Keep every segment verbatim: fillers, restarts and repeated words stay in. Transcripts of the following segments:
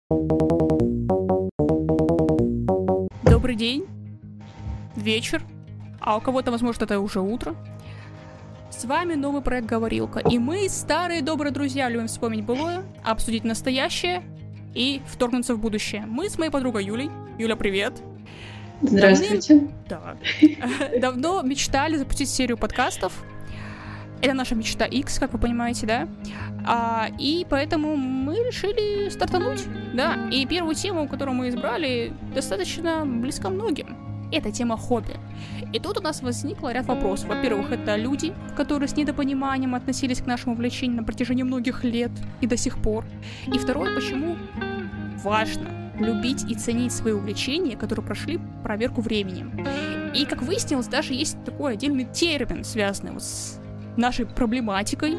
Добрый день, вечер, а у кого-то, возможно, это уже утро. С вами новый проект «Говорилка», и мы, старые добрые друзья, любим вспомнить былое, обсудить настоящее и вторгнуться в будущее. Мы с моей подругой Юлей. Юля, привет! Здравствуйте! Давным... Да. Давно мечтали запустить серию подкастов. Это наша мечта X, как вы понимаете, да? А, и поэтому мы решили стартануть, да? И первую тему, которую мы избрали, достаточно близка многим. Это тема хобби. И тут у нас возникло ряд вопросов. Во-первых, это люди, которые с недопониманием относились к нашему увлечению на протяжении многих лет и до сих пор. И второе, почему важно любить и ценить свои увлечения, которые прошли проверку временем. И, как выяснилось, даже есть такой отдельный термин, связанный вот с нашей проблематикой.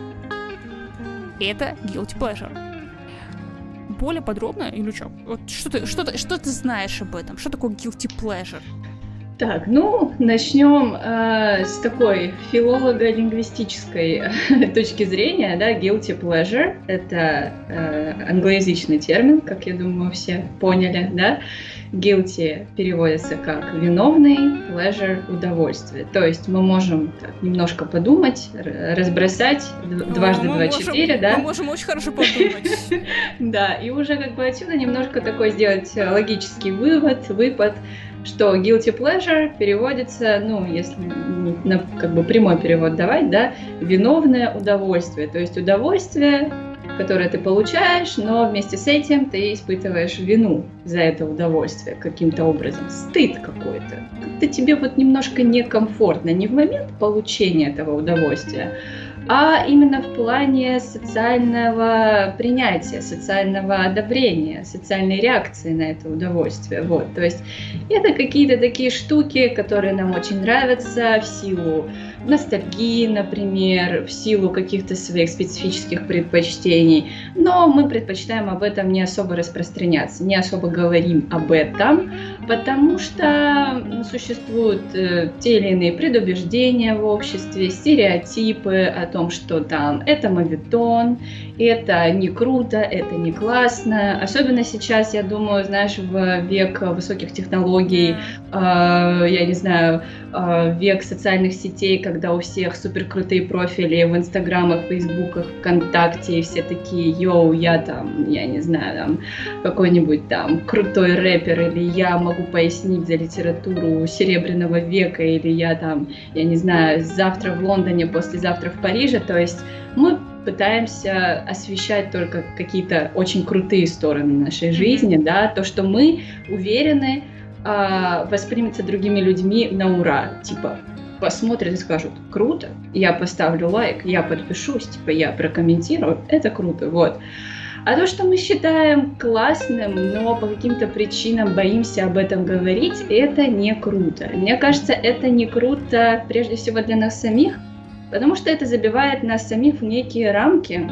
Это guilty pleasure. Более подробно, Илючок, вот что ты, что ты, что ты знаешь об этом? Что такое guilty pleasure? Так, ну, начнем э, с такой филолого-лингвистической точки зрения, да, guilty pleasure — это э, англоязычный термин, как я думаю, все поняли, да. Guilty переводится как виновный, pleasure — удовольствие. То есть мы можем так, немножко подумать, разбросать дважды два четыре, да. Мы можем очень хорошо подумать. Да, и уже как бы отсюда немножко такой сделать логический вывод, выпад, что guilty pleasure переводится, ну, если на как бы прямой перевод давать, да, виновное удовольствие. То есть удовольствие, которое ты получаешь, но вместе с этим ты испытываешь вину за это удовольствие каким-то образом. Стыд какой-то. Как-то тебе вот немножко некомфортно, не в момент получения этого удовольствия, а именно в плане социального принятия, социального одобрения, социальной реакции на это удовольствие. Вот. То есть это какие-то такие штуки, которые нам очень нравятся в силу ностальгии, например, в силу каких-то своих специфических предпочтений, но мы предпочитаем об этом не особо распространяться, не особо говорим об этом, потому что существуют э, те или иные предубеждения в обществе, стереотипы о том, что там это моветон, это не круто, это не классно. Особенно сейчас, я думаю, знаешь, в век высоких технологий, э, я не знаю, э, век социальных сетей, когда у всех супер крутые профили в Инстаграмах, Фейсбуках, ВКонтакте, и все такие: йоу, я там, я не знаю, там какой-нибудь там крутой рэпер, или я могу пояснить за литературу Серебряного века, или я там, я не знаю, завтра в Лондоне, послезавтра в Париже. То есть мы пытаемся освещать только какие-то очень крутые стороны нашей жизни, да, то, что мы уверены, э, воспримется другими людьми на ура, типа посмотрят и скажут: круто, я поставлю лайк, я подпишусь, типа я прокомментирую, это круто, вот. А то, что мы считаем классным, но по каким-то причинам боимся об этом говорить, это не круто. Мне кажется, это не круто прежде всего для нас самих, потому что это забивает нас самих в некие рамки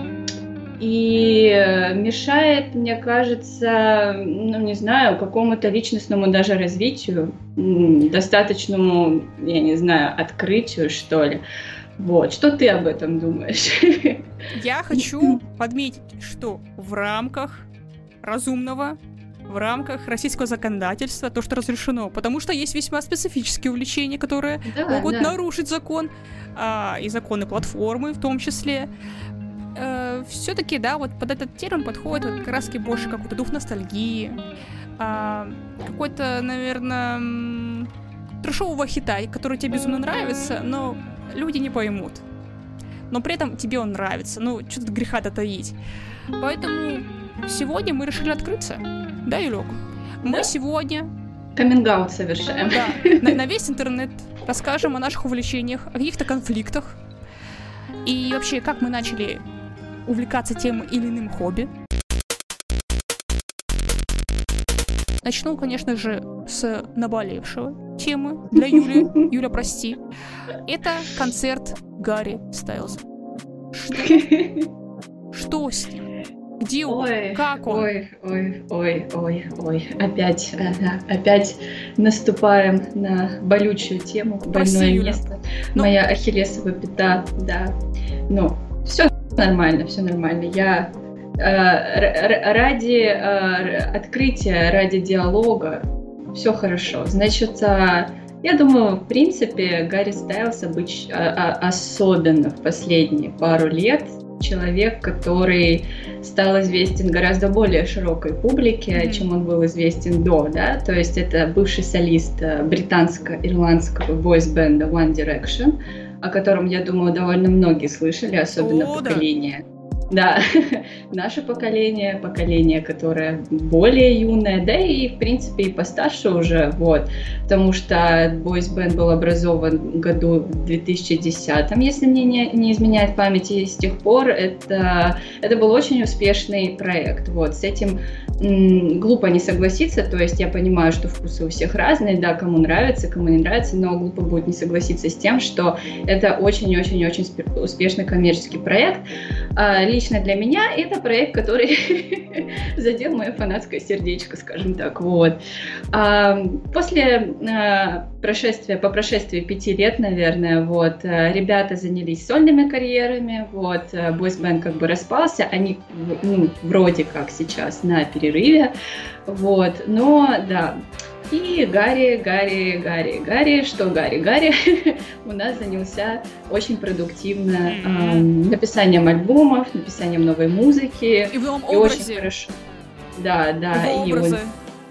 и мешает, мне кажется, ну не знаю, какому-то личностному даже развитию, достаточному, я не знаю, открытию, что ли. Вот, что ты об этом думаешь? Я хочу подметить, что в рамках разумного, в рамках российского законодательства то, что разрешено, потому что есть весьма специфические увлечения, которые да, могут да. нарушить закон, а, и законы платформы в том числе. Э, все-таки, да, вот под этот термин подходит вот, как раз больше какой-то дух ностальгии, а, какой-то, наверное, трэшового хита, который тебе безумно нравится, но люди не поймут. Но при этом тебе он нравится, ну, что тут греха-то таить. Поэтому сегодня мы решили открыться. Да, Юлёк? Мы да? сегодня... Каминг-аут совершаем. Да, на, на весь интернет расскажем о наших увлечениях, о каких-то конфликтах. И вообще, как мы начали увлекаться тем или иным хобби. Начну, конечно же, с наболевшего темы для Юли. Юля, прости. Это концерт Гарри Стайлза. Что? Что с ним? Где он? Ой, как он? Ой, ой, ой, ой, ой. Опять, ага, опять наступаем на болючую тему, Прости, больное Юля. место. Ну... Моя ахиллесова пята, да. Ну, все нормально, все нормально. Я э, ради э, открытия, ради диалога все хорошо. Значит, э, я думаю, в принципе, Гарри Стайлз обыч... а, а, особенно в последние пару лет человек, который стал известен гораздо более широкой публике, mm-hmm. чем он был известен до, да, то есть это бывший солист британско-ирландского бойс-бенда One Direction, о котором, я думаю, довольно многие слышали, особенно oh, поколение. Да. Да, наше поколение, поколение, которое более юное, да и, в принципе, и постарше уже, вот, потому что бойс-бенд был образован в году две тысячи десятом, если мне не, не изменяет память, и с тех пор это, это был очень успешный проект, вот, с этим м, глупо не согласиться, то есть я понимаю, что вкусы у всех разные, да, кому нравится, кому не нравится, но глупо будет не согласиться с тем, что это очень-очень-очень успешный коммерческий проект. Лично для меня это проект, который задел мое фанатское сердечко, скажем так, вот. После прошествия, по прошествии пяти лет, наверное, вот, ребята занялись сольными карьерами, вот, бойс-бенд как бы распался, они, ну, вроде как сейчас на перерыве, вот, но, да. И Гарри, Гарри, Гарри, Гарри, что Гарри, Гарри у нас занялся очень продуктивно э, написанием альбомов, написанием новой музыки. И в новом и образе. Очень хорошо. Да, да. Его и образы.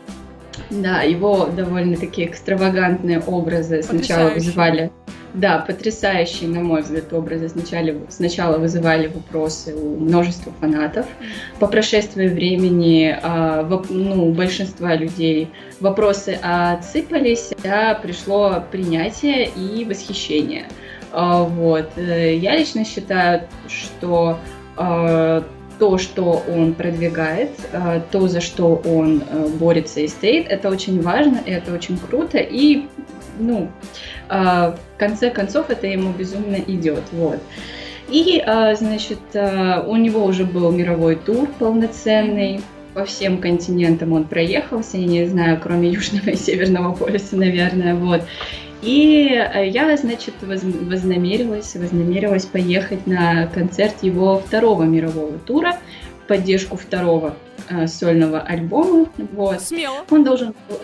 Он, да, его довольно-таки экстравагантные образы сначала вызывали. Да, потрясающие, на мой взгляд, образы сначала, сначала вызывали вопросы у множества фанатов. По прошествии времени а, в, ну, у большинства людей вопросы отсыпались, а пришло принятие и восхищение. А, вот. Я лично считаю, что а, то, что он продвигает, а, то, за что он а, борется и стоит, это очень важно, это очень круто, и ну, в конце концов это ему безумно идет, вот. И, значит, у него уже был мировой тур полноценный, по всем континентам он проехался, я не знаю, кроме Южного и Северного полюса, наверное, вот. И я, значит, вознамерилась, вознамерилась поехать на концерт его второго мирового тура, в поддержку второго сольного альбома, вот. Смело. Он должен был...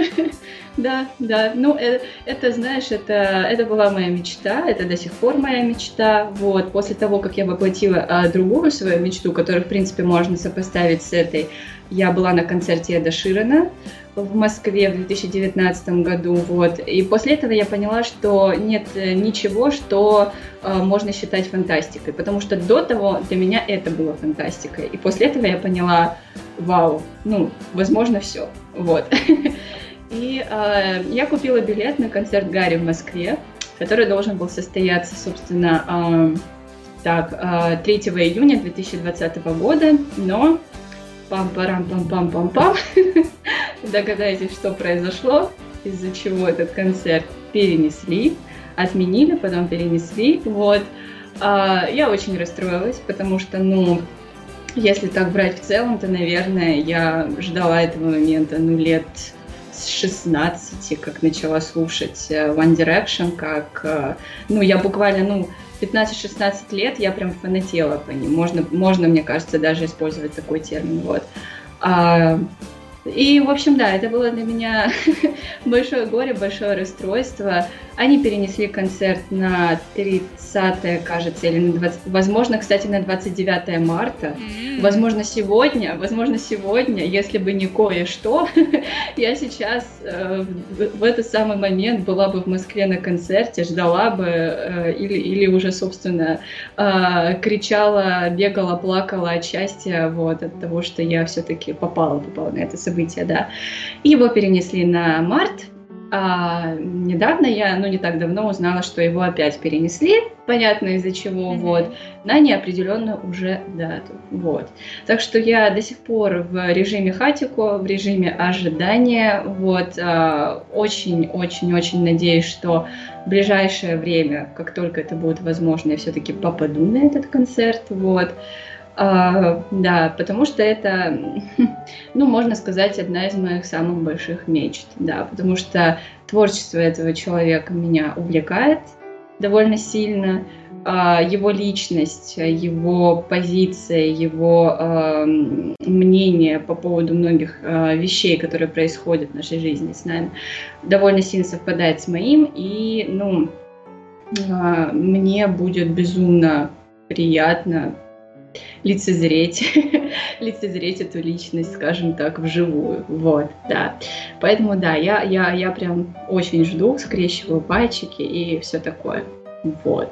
Да, да, ну это, это, знаешь, это, это была моя мечта, это до сих пор моя мечта, вот, после того, как я воплотила а, другую свою мечту, которую, в принципе, можно сопоставить с этой, я была на концерте Эда Ширана в Москве в две тысячи девятнадцатом году, вот, и после этого я поняла, что нет ничего, что а, можно считать фантастикой, потому что до того для меня это было фантастикой, и после этого я поняла, вау, ну, возможно, все, вот. И э, я купила билет на концерт Гарри в Москве, который должен был состояться, собственно, э, так, э, третьего июня две тысячи двадцатого года, но пам-парам-пам-пам-пам-пам, догадайтесь, что произошло, из-за чего этот концерт перенесли, отменили, потом перенесли, вот. Э, я очень расстроилась, потому что, ну, если так брать в целом, то, наверное, я ждала этого момента, ну, лет... с шестнадцати, как начала слушать One Direction, как, ну, я буквально, ну, пятнадцать-шестнадцать лет я прям фанатела по ним. Можно, можно, мне кажется, даже использовать такой термин, вот. А, и, в общем, да, это было для меня большое горе, большое расстройство. Они перенесли концерт на тридцатое, кажется, или на двадцатое, возможно, кстати, на двадцать девятое марта. Mm-hmm. Возможно, сегодня, возможно, сегодня, если бы не кое-что, я сейчас э, в, в этот самый момент была бы в Москве на концерте, ждала бы э, или, или уже, собственно, э, кричала, бегала, плакала от счастья, вот, от того, что я все-таки попала, попала на это событие, да. Его перенесли на март. А, недавно я, ну не так давно узнала, что его опять перенесли, понятно из-за чего, mm-hmm. вот, на неопределенную уже дату, вот. Так что я до сих пор в режиме хатико, в режиме ожидания, вот, очень-очень-очень надеюсь, что в ближайшее время, как только это будет возможно, я все-таки попаду на этот концерт, вот. Uh, да, потому что это, ну, можно сказать, одна из моих самых больших мечт, да, потому что творчество этого человека меня увлекает, довольно сильно. Его личность, его позиция, его э, мнение по поводу многих э, вещей, которые происходят в нашей жизни с нами, довольно сильно совпадает с моим, и ну, э, мне будет безумно приятно лицезреть, лицезреть эту личность, скажем так, вживую. Вот, да. Поэтому, да, я, я, я прям очень жду, скрещиваю пальчики и все такое. Вот.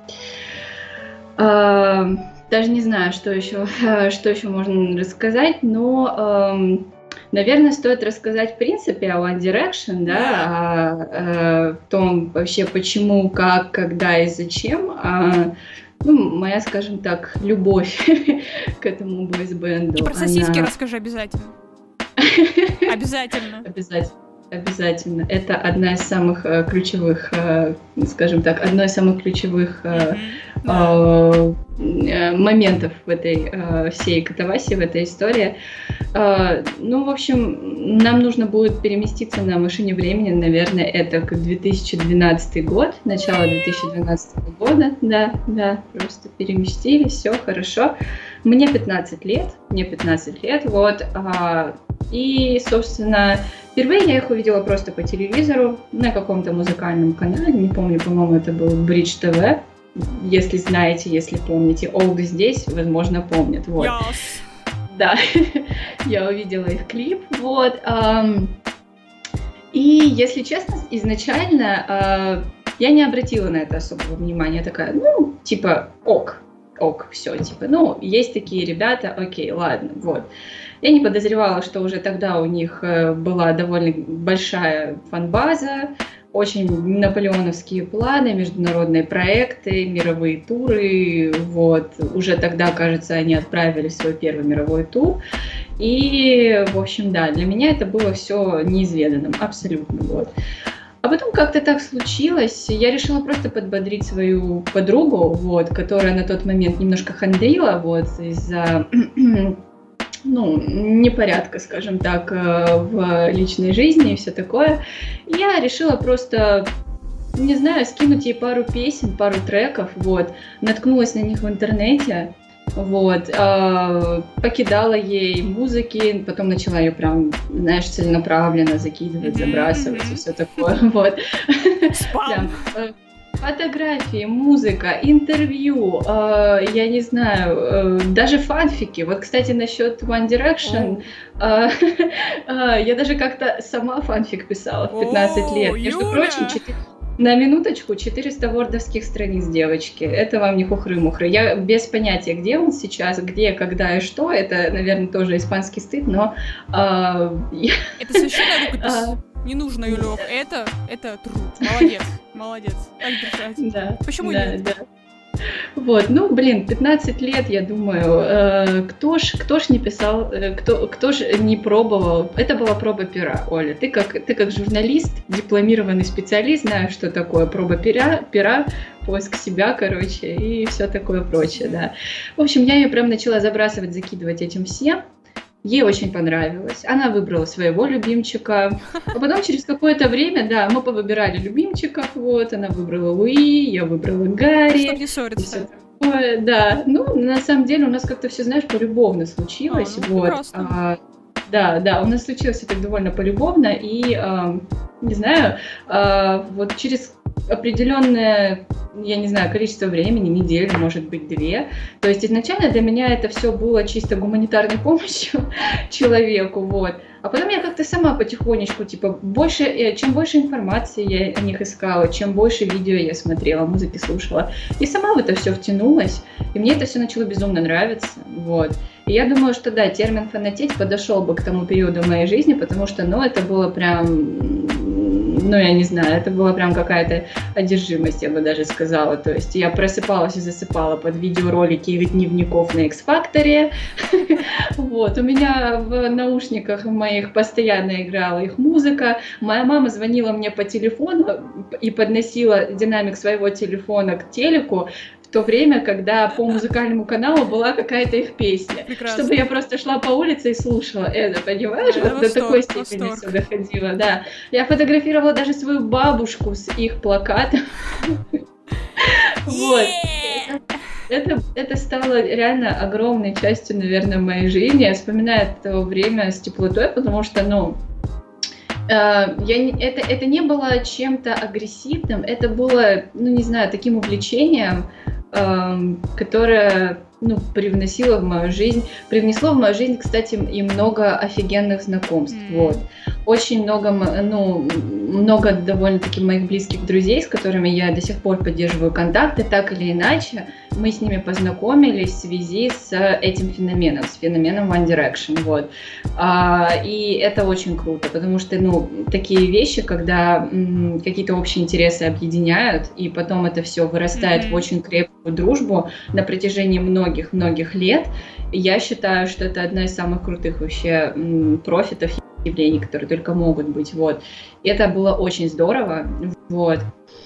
Uh, даже не знаю, что еще, что еще можно рассказать, но, uh, наверное, стоит рассказать в принципе о One Direction, да, о, о том вообще почему, как, когда и зачем. Uh, ну, моя, скажем так, любовь к этому бойсбенду. И про сосиски она... расскажи обязательно. Обязательно. Обязательно. Обязательно. Это одна из самых э, ключевых, э, скажем так, одно из самых ключевых э, э, э, моментов в этой э, всей катавасии, в этой истории. Э, ну, в общем, нам нужно будет переместиться на машине времени, наверное, это к две тысячи двенадцатый год, начало две тысячи двенадцатого года, да, да, просто переместились, все хорошо. Мне пятнадцать лет, мне пятнадцать лет, вот, э, и, собственно, впервые я их увидела просто по телевизору, на каком-то музыкальном канале, не помню, по-моему, это был Бридж ТВ, если знаете, если помните, олды здесь, возможно, помнят, вот. Yes. Да, я увидела их клип, вот. Um, и, если честно, изначально uh, я не обратила на это особого внимания, такая, ну, типа, ок, ок, все, типа, ну, есть такие ребята, окей, ладно, вот. Я не подозревала, что уже тогда у них была довольно большая фан-база, очень наполеоновские планы, международные проекты, мировые туры. Вот. Уже тогда, кажется, они отправили свой первый мировой тур. И, в общем, да, для меня это было все неизведанным, абсолютно. Вот. А потом как-то так случилось, я решила просто подбодрить свою подругу, вот, которая на тот момент немножко хандрила вот, из-за... ну, непорядка, скажем так, в личной жизни и все такое. Я решила просто, не знаю, скинуть ей пару песен, пару треков, вот, наткнулась на них в интернете, вот, э, покидала ей музыки, потом начала ее прям, знаешь, целенаправленно закидывать, забрасывать и все такое, вот. Прям, фотографии, музыка, интервью, э, я не знаю, э, даже фанфики. Вот, кстати, насчет One Direction, э, э, я даже как-то сама фанфик писала в пятнадцать лет. Между Юля! прочим, четыре... на минуточку, четыреста вордовских страниц, девочки. Это вам не хухры-мухры. Я без понятия, где он сейчас, где, когда и что. Это, наверное, тоже испанский стыд, но... Э, я... Это совершенно рукопись. Не нужно, Юлёк, это, это труд. Молодец, молодец. Так держать. Да, почему да, нет? Да. Вот, ну, блин, пятнадцать лет, я думаю, э, кто ж, кто ж не писал, э, кто, кто ж не пробовал. Это была проба пера, Оля. Ты как, ты как журналист, дипломированный специалист, знаешь, что такое проба пера, пера, поиск себя, короче, и все такое прочее, да. В общем, я ее прям начала забрасывать, закидывать этим всем. Ей очень понравилось. Она выбрала своего любимчика. А потом через какое-то время, да, мы повыбирали любимчиков. Вот, она выбрала Луи, я выбрала Гарри. Чтобы не ссориться. Такое, да, ну, на самом деле у нас как-то все, знаешь, полюбовно случилось. А, ну, вот. А, да, да, у нас случилось это довольно полюбовно. И, а, не знаю, а, вот через определенное, я не знаю, количество времени, неделю, может быть, две. То есть изначально для меня это все было чисто гуманитарной помощью человеку, вот. А потом я как-то сама потихонечку, типа, больше, чем больше информации я о них искала, чем больше видео я смотрела, музыки слушала, и сама в это все втянулась, и мне это все начало безумно нравиться, вот. И я думаю, что да, термин «фанатеть» подошел бы к тому периоду моей жизни, потому что, ну, это было прям... Ну, я не знаю, это была прям какая-то одержимость, я бы даже сказала. То есть я просыпалась и засыпала под видеоролики их дневников на X-Factor. Вот, у меня в наушниках моих постоянно играла их музыка. Моя мама звонила мне по телефону и подносила динамик своего телефона к телеку в то время, когда по музыкальному каналу была какая-то их песня. Прекрасно. Чтобы я просто шла по улице и слушала это, понимаешь? Да, вот до такой степени все доходило, да. Я фотографировала даже свою бабушку с их плакатом. Вот. Это, это стало реально огромной частью, наверное, моей жизни. Я вспоминаю это время с теплотой, потому что, ну, э, я не, это, это не было чем-то агрессивным, это было, ну, не знаю, таким увлечением, э, которое, ну, привносило в мою жизнь, привнесло в мою жизнь, кстати, и много офигенных знакомств, mm. вот. Очень много, ну, много довольно-таки моих близких друзей, с которыми я до сих пор поддерживаю контакты, так или иначе, мы с ними познакомились в связи с этим феноменом, с феноменом One Direction, вот. А, и это очень круто, потому что, ну, такие вещи, когда м, какие-то общие интересы объединяют, и потом это все вырастает mm-hmm. в очень крепкую дружбу на протяжении многих-многих лет, я считаю, что это одна из самых крутых вообще м, профитов явлений, которые только могут быть, вот. И это было очень здорово, вот.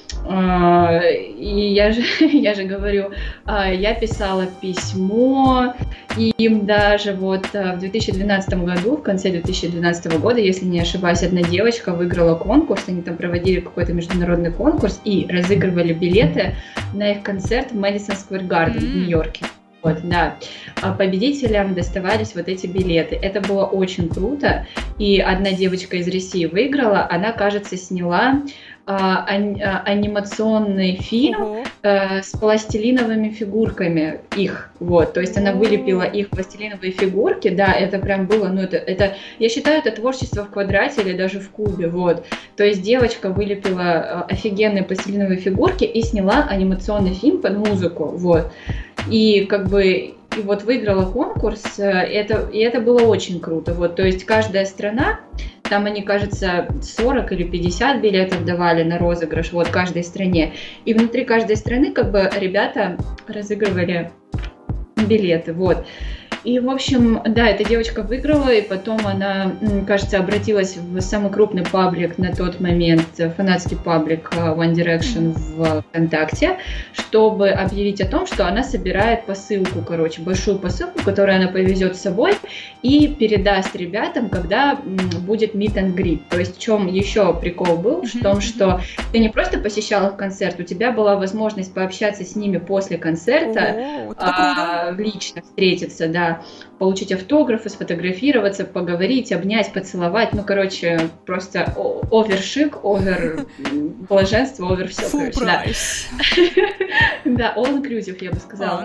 И я же, я же говорю, я писала письмо им даже вот в две тысячи двенадцатом году, в конце две тысячи двенадцатого года, если не ошибаюсь, одна девочка выиграла конкурс, они там проводили какой-то международный конкурс и разыгрывали билеты на их концерт в Madison Square Garden в Нью-Йорке. Вот, да. Победителям доставались вот эти билеты. Это было очень круто. И одна девочка из России выиграла. Она, кажется, сняла а, а, анимационный фильм а, с пластилиновыми фигурками их. Вот. То есть она вылепила их пластилиновые фигурки. Да, это прям было, ну, это, это, я считаю, это творчество в квадрате или даже в кубе. Вот. То есть девочка вылепила офигенные пластилиновые фигурки и сняла анимационный фильм под музыку. Вот. И как бы и вот выиграла конкурс, это, и это было очень круто. Вот, то есть каждая страна, там они, кажется, сорок или пятьдесят билетов давали на розыгрыш, вот, каждой стране. И внутри каждой страны как бы ребята разыгрывали билеты, вот. И, в общем, да, эта девочка выиграла, и потом она, кажется, обратилась в самый крупный паблик на тот момент, фанатский паблик One Direction в ВКонтакте, чтобы объявить о том, что она собирает посылку, короче, большую посылку, которую она повезет с собой и передаст ребятам, когда будет meet and greet. То есть в чем еще прикол был, в том, что ты не просто посещал их концерт, у тебя была возможность пообщаться с ними после концерта, О, а, лично встретиться, да, получить автографы, сфотографироваться, поговорить, обнять, поцеловать. Ну, короче, просто овер-шик, овер-блаженство, овер-все. Full price. Да, all-inclusive, я бы сказала.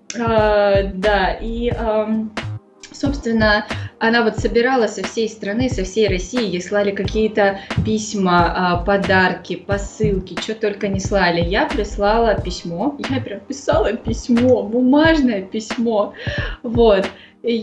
Да, и... Собственно, она вот собирала со всей страны, со всей России, ей слали какие-то письма, подарки, посылки, что только не слали. Я прислала письмо, я прям писала письмо, бумажное письмо, вот. И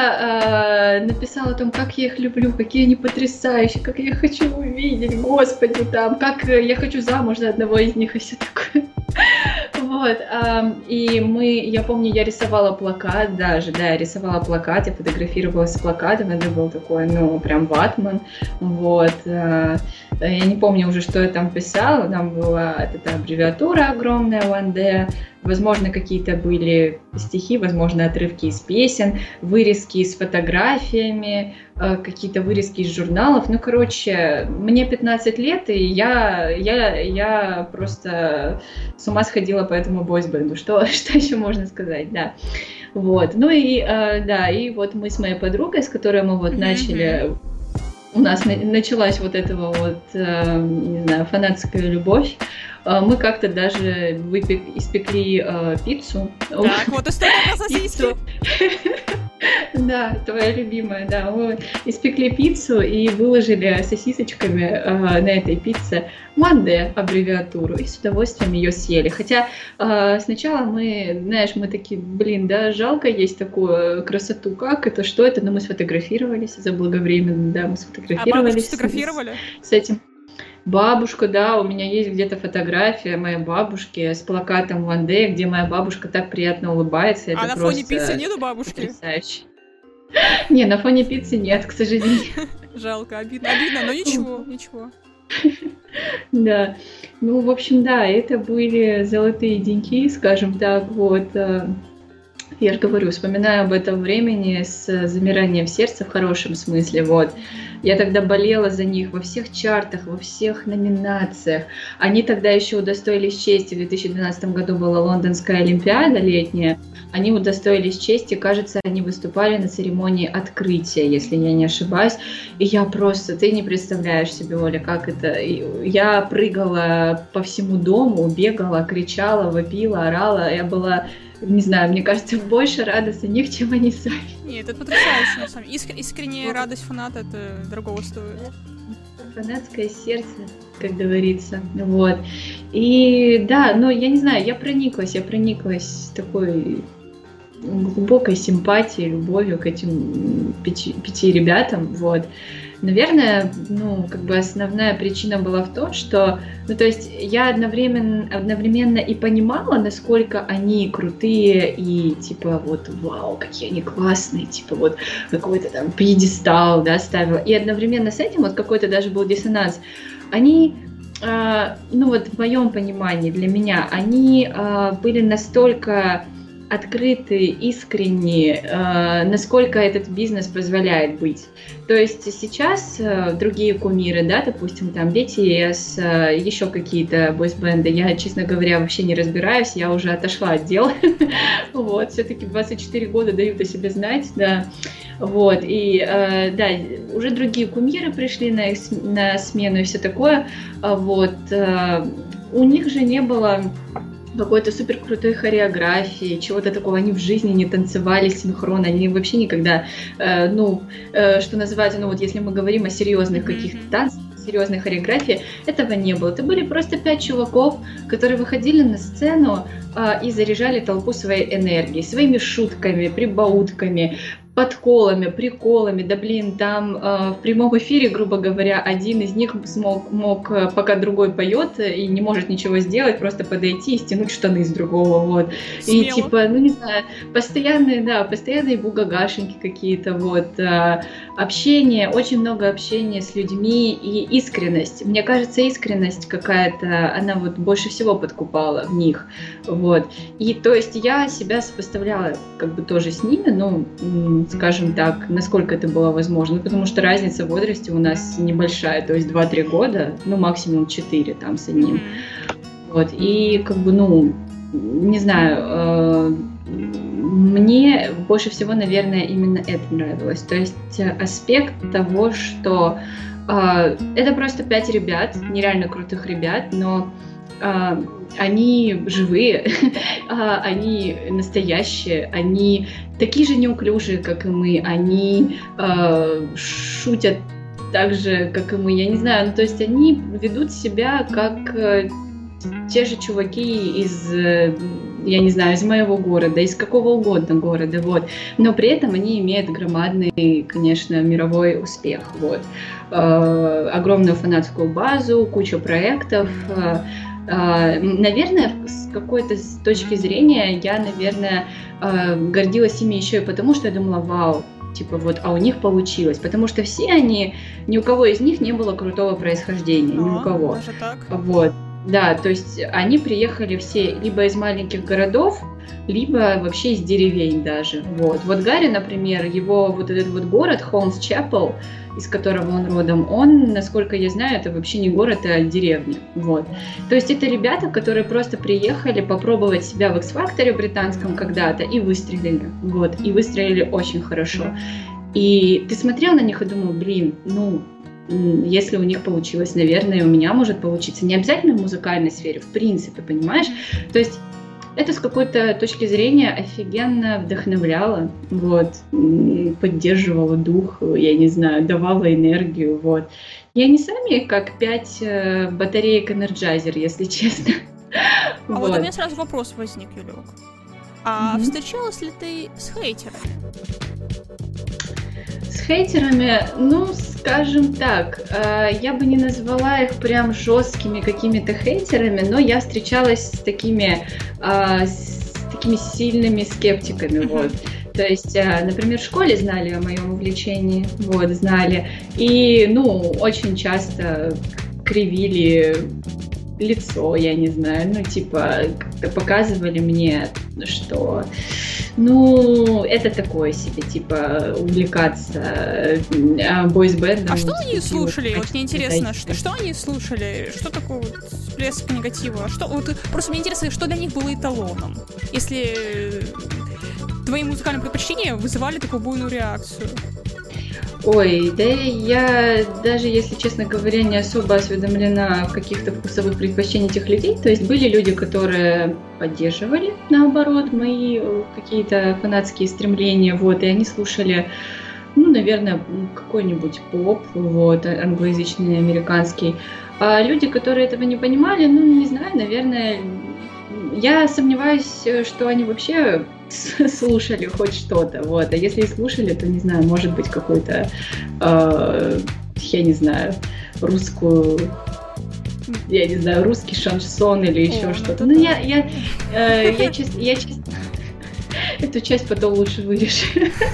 я э, написала о том, как я их люблю, какие они потрясающие, как я их хочу увидеть, господи, там, как я хочу замуж за одного из них и все такое. Вот, э, и мы, я помню, я рисовала плакат даже, да, я рисовала плакат, я фотографировалась с плакатом, это был такой, ну, прям ватман, вот. Э, я не помню уже, что я там писала, там была эта аббревиатура огромная, One D, возможно, какие-то были стихи, возможно, отрывки из песен, вырезки с фотографиями, какие-то вырезки из журналов. Ну, короче, мне пятнадцать лет, и я, я, я просто с ума сходила по этому бойсбенду. Что, что еще можно сказать, да. Вот. Ну и, да, и вот мы с моей подругой, с которой мы вот mm-hmm. начали... У нас началась вот эта вот, не знаю, фанатская любовь. Мы как-то даже выпек, испекли э, пиццу. Так, вот история про сосиски. Да, твоя любимая, да. Мы испекли пиццу и выложили сосисочками э, на этой пицце One D аббревиатуру и с удовольствием ее съели. Хотя э, сначала мы, знаешь, мы такие, блин, да, жалко есть такую красоту, как это, что это, но мы сфотографировались заблаговременно, да, мы сфотографировались. А сфотографировали? С, с этим. Бабушка, да, у меня есть где-то фотография моей бабушки с плакатом One D, где моя бабушка так приятно улыбается. Это а на фоне пиццы нету бабушки? Потрясающе. Не, на фоне пиццы нет, к сожалению. Жалко, обидно, обидно, но ничего, ничего. Да, ну, в общем, да, это были золотые деньки, скажем так, вот. Я же говорю, вспоминаю об этом времени с замиранием сердца в хорошем смысле, вот. Я тогда болела за них во всех чартах, во всех номинациях. Они тогда еще удостоились чести. В две тысячи двенадцатом году была Лондонская Олимпиада летняя. Они удостоились чести. Кажется, они выступали на церемонии открытия, если я не ошибаюсь. И я просто... Ты не представляешь себе, Оля, как это... Я прыгала по всему дому, бегала, кричала, вопила, орала. Я была... Не знаю, мне кажется, больше рада за них, чем они сами. Нет, это потрясающе, на самом деле. Искр- искренняя радость фаната, это дорого стоит. Фанатское сердце, как говорится. Вот. И да, но я не знаю, я прониклась, я прониклась такой глубокой симпатией, любовью к этим пяти, пяти ребятам. Вот. Наверное, ну, как бы основная причина была в том, что, ну, то есть я одновременно, одновременно и понимала, насколько они крутые и, типа, вот, вау, какие они классные, типа, вот, какой-то там пьедестал, да, ставила. И одновременно с этим вот какой-то даже был диссонанс. Они, э, ну, вот в моем понимании, для меня, они э, были настолько... открытые, искренние, э, насколько этот бизнес позволяет быть. То есть сейчас э, другие кумиры, да, допустим, там би ти эс, э, еще какие-то бойсбенды, я, честно говоря, вообще не разбираюсь, я уже отошла от дел. Вот, все-таки двадцать четыре года дают о себе знать, да. Вот, и, э, да, уже другие кумиры пришли на, их, на смену и все такое. Вот, э, у них же не было какой-то супер крутой хореографии, чего-то такого, они в жизни не танцевали синхронно, они вообще никогда, э, ну, э, что называется, ну вот если мы говорим о серьезных mm-hmm. каких-то танцах, серьезной хореографии, этого не было. Это были просто пять чуваков, которые выходили на сцену э, и заряжали толпу своей энергией, своими шутками, прибаутками, подколами, приколами, да блин, там э, в прямом эфире, грубо говоря, один из них смог, мог, пока другой поет и не может ничего сделать, просто подойти и стянуть штаны с другого, вот. Смело. И типа, ну не знаю, постоянные, да, постоянные бугагашеньки какие-то, вот, э, общение, очень много общения с людьми и искренность. Мне кажется, искренность какая-то, она вот больше всего подкупала в них, вот. И то есть я себя сопоставляла как бы тоже с ними, ну, скажем так, насколько это было возможно, потому что разница в возрасте у нас небольшая, то есть два-три года, ну максимум четыре там с одним. Вот, и как бы, ну, не знаю, э, мне больше всего, наверное, именно это нравилось, то есть аспект того, что э, это просто пять ребят, нереально крутых ребят, но Uh, они живые, uh, они настоящие, они такие же неуклюжие, как и мы, они uh, шутят так же, как и мы, я не знаю, ну то есть они ведут себя как uh, те же чуваки из, uh, я не знаю, из моего города, из какого угодно города, вот, но при этом они имеют громадный, конечно, мировой успех, вот, uh, огромную фанатскую базу, кучу проектов. uh, Uh, наверное, с какой-то точки зрения я, наверное, uh, гордилась ими еще и потому, что я думала, вау, типа вот, а у них получилось, потому что все они, ни у кого из них не было крутого происхождения, ни у кого. Даже так? Вот, да, то есть они приехали все либо из маленьких городов, либо вообще из деревень даже, вот. Вот Гарри, например, его вот этот вот город, Холмс Чапел, из которого он родом, он, насколько я знаю, это вообще не город, а деревня, вот. То есть это ребята, которые просто приехали попробовать себя в X-Factor британском когда-то и выстрелили, вот, и выстрелили очень хорошо. И ты смотрел на них и думал, блин, ну, если у них получилось, наверное, у меня может получиться. Не обязательно в музыкальной сфере, в принципе, понимаешь? То есть это с какой-то точки зрения офигенно вдохновляло, вот, поддерживало дух, я не знаю, давало энергию, вот. И они сами как пять э, батареек Energizer, если честно. А вот. вот у меня сразу вопрос возник, Юлек. А mm-hmm. встречалась ли ты с хейтерами? С хейтерами, ну, скажем так, э, я бы не назвала их прям жесткими какими-то хейтерами, но я встречалась с такими, э, с такими сильными скептиками, uh-huh. вот. То есть, э, например, в школе знали о моем увлечении, вот, знали, и, ну, очень часто кривили лицо, я не знаю, ну, типа, как-то показывали мне, что... Ну, это такое себе, типа, увлекаться бойсбэндом. А что они слушали? Вот мне интересно, что, что они слушали? Что такое вот всплеск негатива? Что, вот, просто мне интересно, что для них было эталоном? Если твои музыкальные предпочтения вызывали такую буйную реакцию. Ой, да я даже, если честно говоря, не особо осведомлена в каких-то вкусовых предпочтениях этих людей. То есть были люди, которые поддерживали, наоборот, мои какие-то фанатские стремления, вот, и они слушали, ну, наверное, какой-нибудь поп, вот, англоязычный, американский. А люди, которые этого не понимали, ну, не знаю, наверное, я сомневаюсь, что они вообще слушали хоть что-то, вот, а если и слушали, то, не знаю, может быть, какой-то, э, я не знаю, русскую, я не знаю, русский шансон или еще О, что-то. Ну, я, я, э, я, честно, я, честно, эту часть потом лучше вырежу.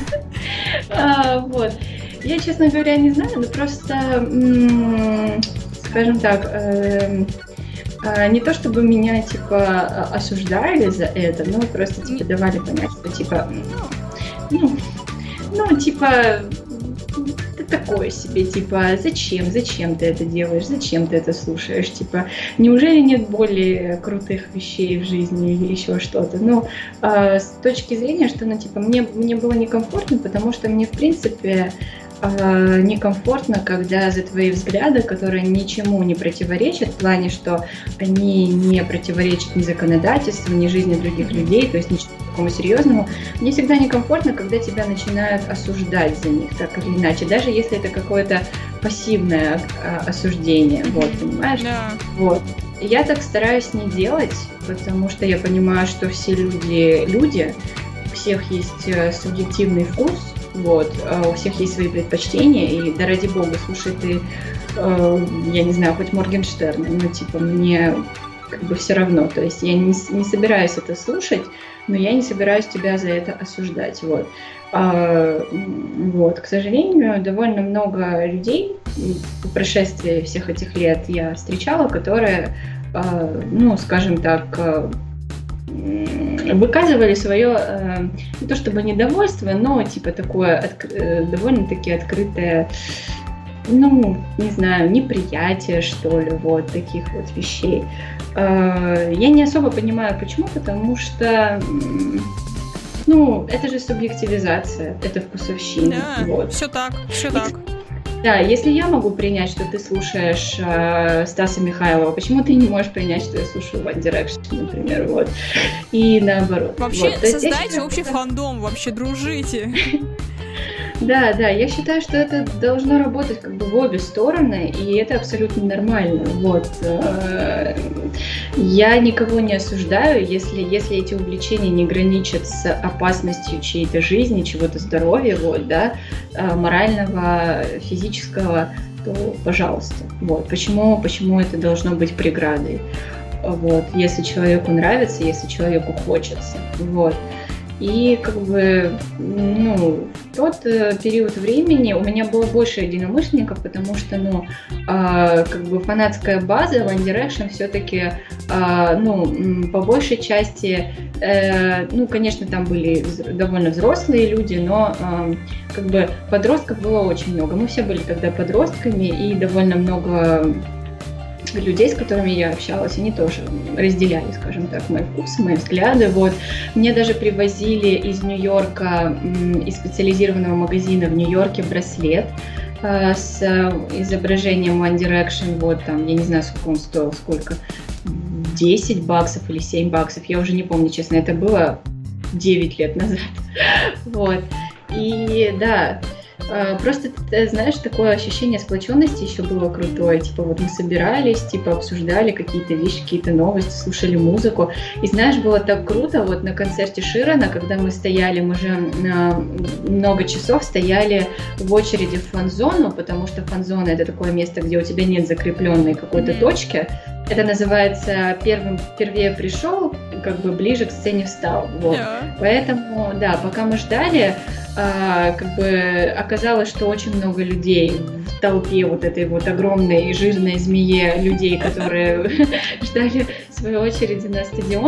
а, вот. Я, честно говоря, не знаю, но просто, м- скажем так, э- не то чтобы меня, типа, осуждали за это, но просто, типа, давали понять, что, типа, ну, ну, типа, ты такое себе, типа, зачем, зачем ты это делаешь, зачем ты это слушаешь, типа, неужели нет более крутых вещей в жизни или еще что-то, ну, а, с точки зрения, что, ну, типа, мне, мне было некомфортно, потому что мне, в принципе, некомфортно, когда за твои взгляды, которые ничему не противоречат, в плане, что они не противоречат ни законодательству, ни жизни других людей, то есть ничего такому серьезному, мне всегда некомфортно, когда тебя начинают осуждать за них, так или иначе, даже если это какое-то пассивное осуждение, вот, понимаешь? Да. Вот. Я так стараюсь не делать, потому что я понимаю, что все люди люди, у всех есть субъективный вкус, вот, у всех есть свои предпочтения, и да ради бога, слушай, ты, э, я не знаю, хоть Моргенштерна, ну, типа, мне как бы все равно, то есть я не, не собираюсь это слушать, но я не собираюсь тебя за это осуждать, вот. А, вот, к сожалению, довольно много людей по прошествии всех этих лет я встречала, которые, э, ну, скажем так, выказывали свое, э, не то чтобы недовольство, но типа такое отк- э, довольно-таки открытое, ну, не знаю, неприятие, что ли, вот таких вот вещей. Э, я не особо понимаю, почему, потому что, ну, это же субъективизация, это вкусовщина. Да, вот. все так, все так. Да, если я могу принять, что ты слушаешь э, Стаса Михайлова, почему ты не можешь принять, что я слушаю One Direction, например, вот, и наоборот. Вообще, вот. создайте считаю, общий что... фандом, вообще дружите. Да, да, я считаю, что это должно работать как бы в обе стороны, и это абсолютно нормально, вот. Я никого не осуждаю, если, если эти увлечения не граничат с опасностью чьей-то жизни, чего-то здоровья, вот, да, морального, физического, то пожалуйста, вот. Почему, почему это должно быть преградой? Вот, если человеку нравится, если человеку хочется, вот. И как бы, ну, в тот э, период времени у меня было больше единомышленников, потому что, ну, э, как бы фанатская база One Direction все-таки, э, ну, по большей части, э, ну, конечно, там были довольно взрослые люди, но э, как бы подростков было очень много. Мы все были тогда подростками, и довольно много людей, с которыми я общалась, они тоже разделяли, скажем так, мои вкусы, мои взгляды. Вот. Мне даже привозили из Нью-Йорка, из специализированного магазина в Нью-Йорке браслет э, с изображением One Direction. Вот там, я не знаю, сколько он стоил, сколько, десять баксов или семь баксов, я уже не помню, честно, это было девять лет назад. Вот. И да, просто, ты знаешь, такое ощущение сплоченности еще было крутое. Типа вот мы собирались, типа обсуждали какие-то вещи, какие-то новости, слушали музыку. И знаешь, было так круто вот на концерте Ширана, когда мы стояли, мы же много часов стояли в очереди в фан-зону, потому что фан-зона — это такое место, где у тебя нет закрепленной какой-то точки. Это называется «первым впервые пришел, как бы ближе к сцене встал». Вот. Yeah. Поэтому, да, пока мы ждали, а, как бы оказалось, что очень много людей в толпе вот этой вот огромной и жирной змее людей, которые ждали своей очереди на стадион.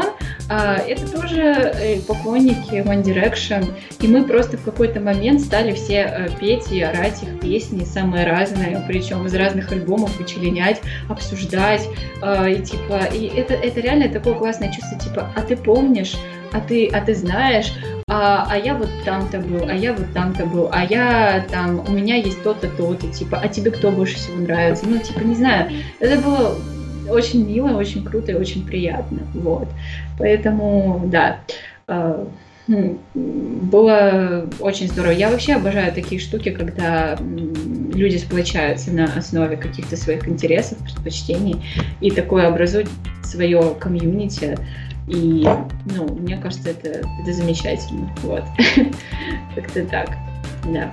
а, это тоже э, поклонники One Direction, и мы просто в какой-то момент стали все э, петь и орать их песни, самые разные, причем из разных альбомов, вычленять, обсуждать, э, и типа, и это, это реально такое классное чувство, типа, а ты помнишь, а ты, а ты знаешь, а, а я вот там-то был, а я вот там-то был, а я там, у меня есть то-то, то-то, типа, а тебе кто больше всего нравится? Ну, типа, не знаю, это было очень мило, очень круто и очень приятно, вот. Поэтому, да, э, было очень здорово. Я вообще обожаю такие штуки, когда люди сплочаются на основе каких-то своих интересов, предпочтений, и такое образуют свое комьюнити. И, ну, мне кажется, это, это замечательно, вот. Как-то так, да.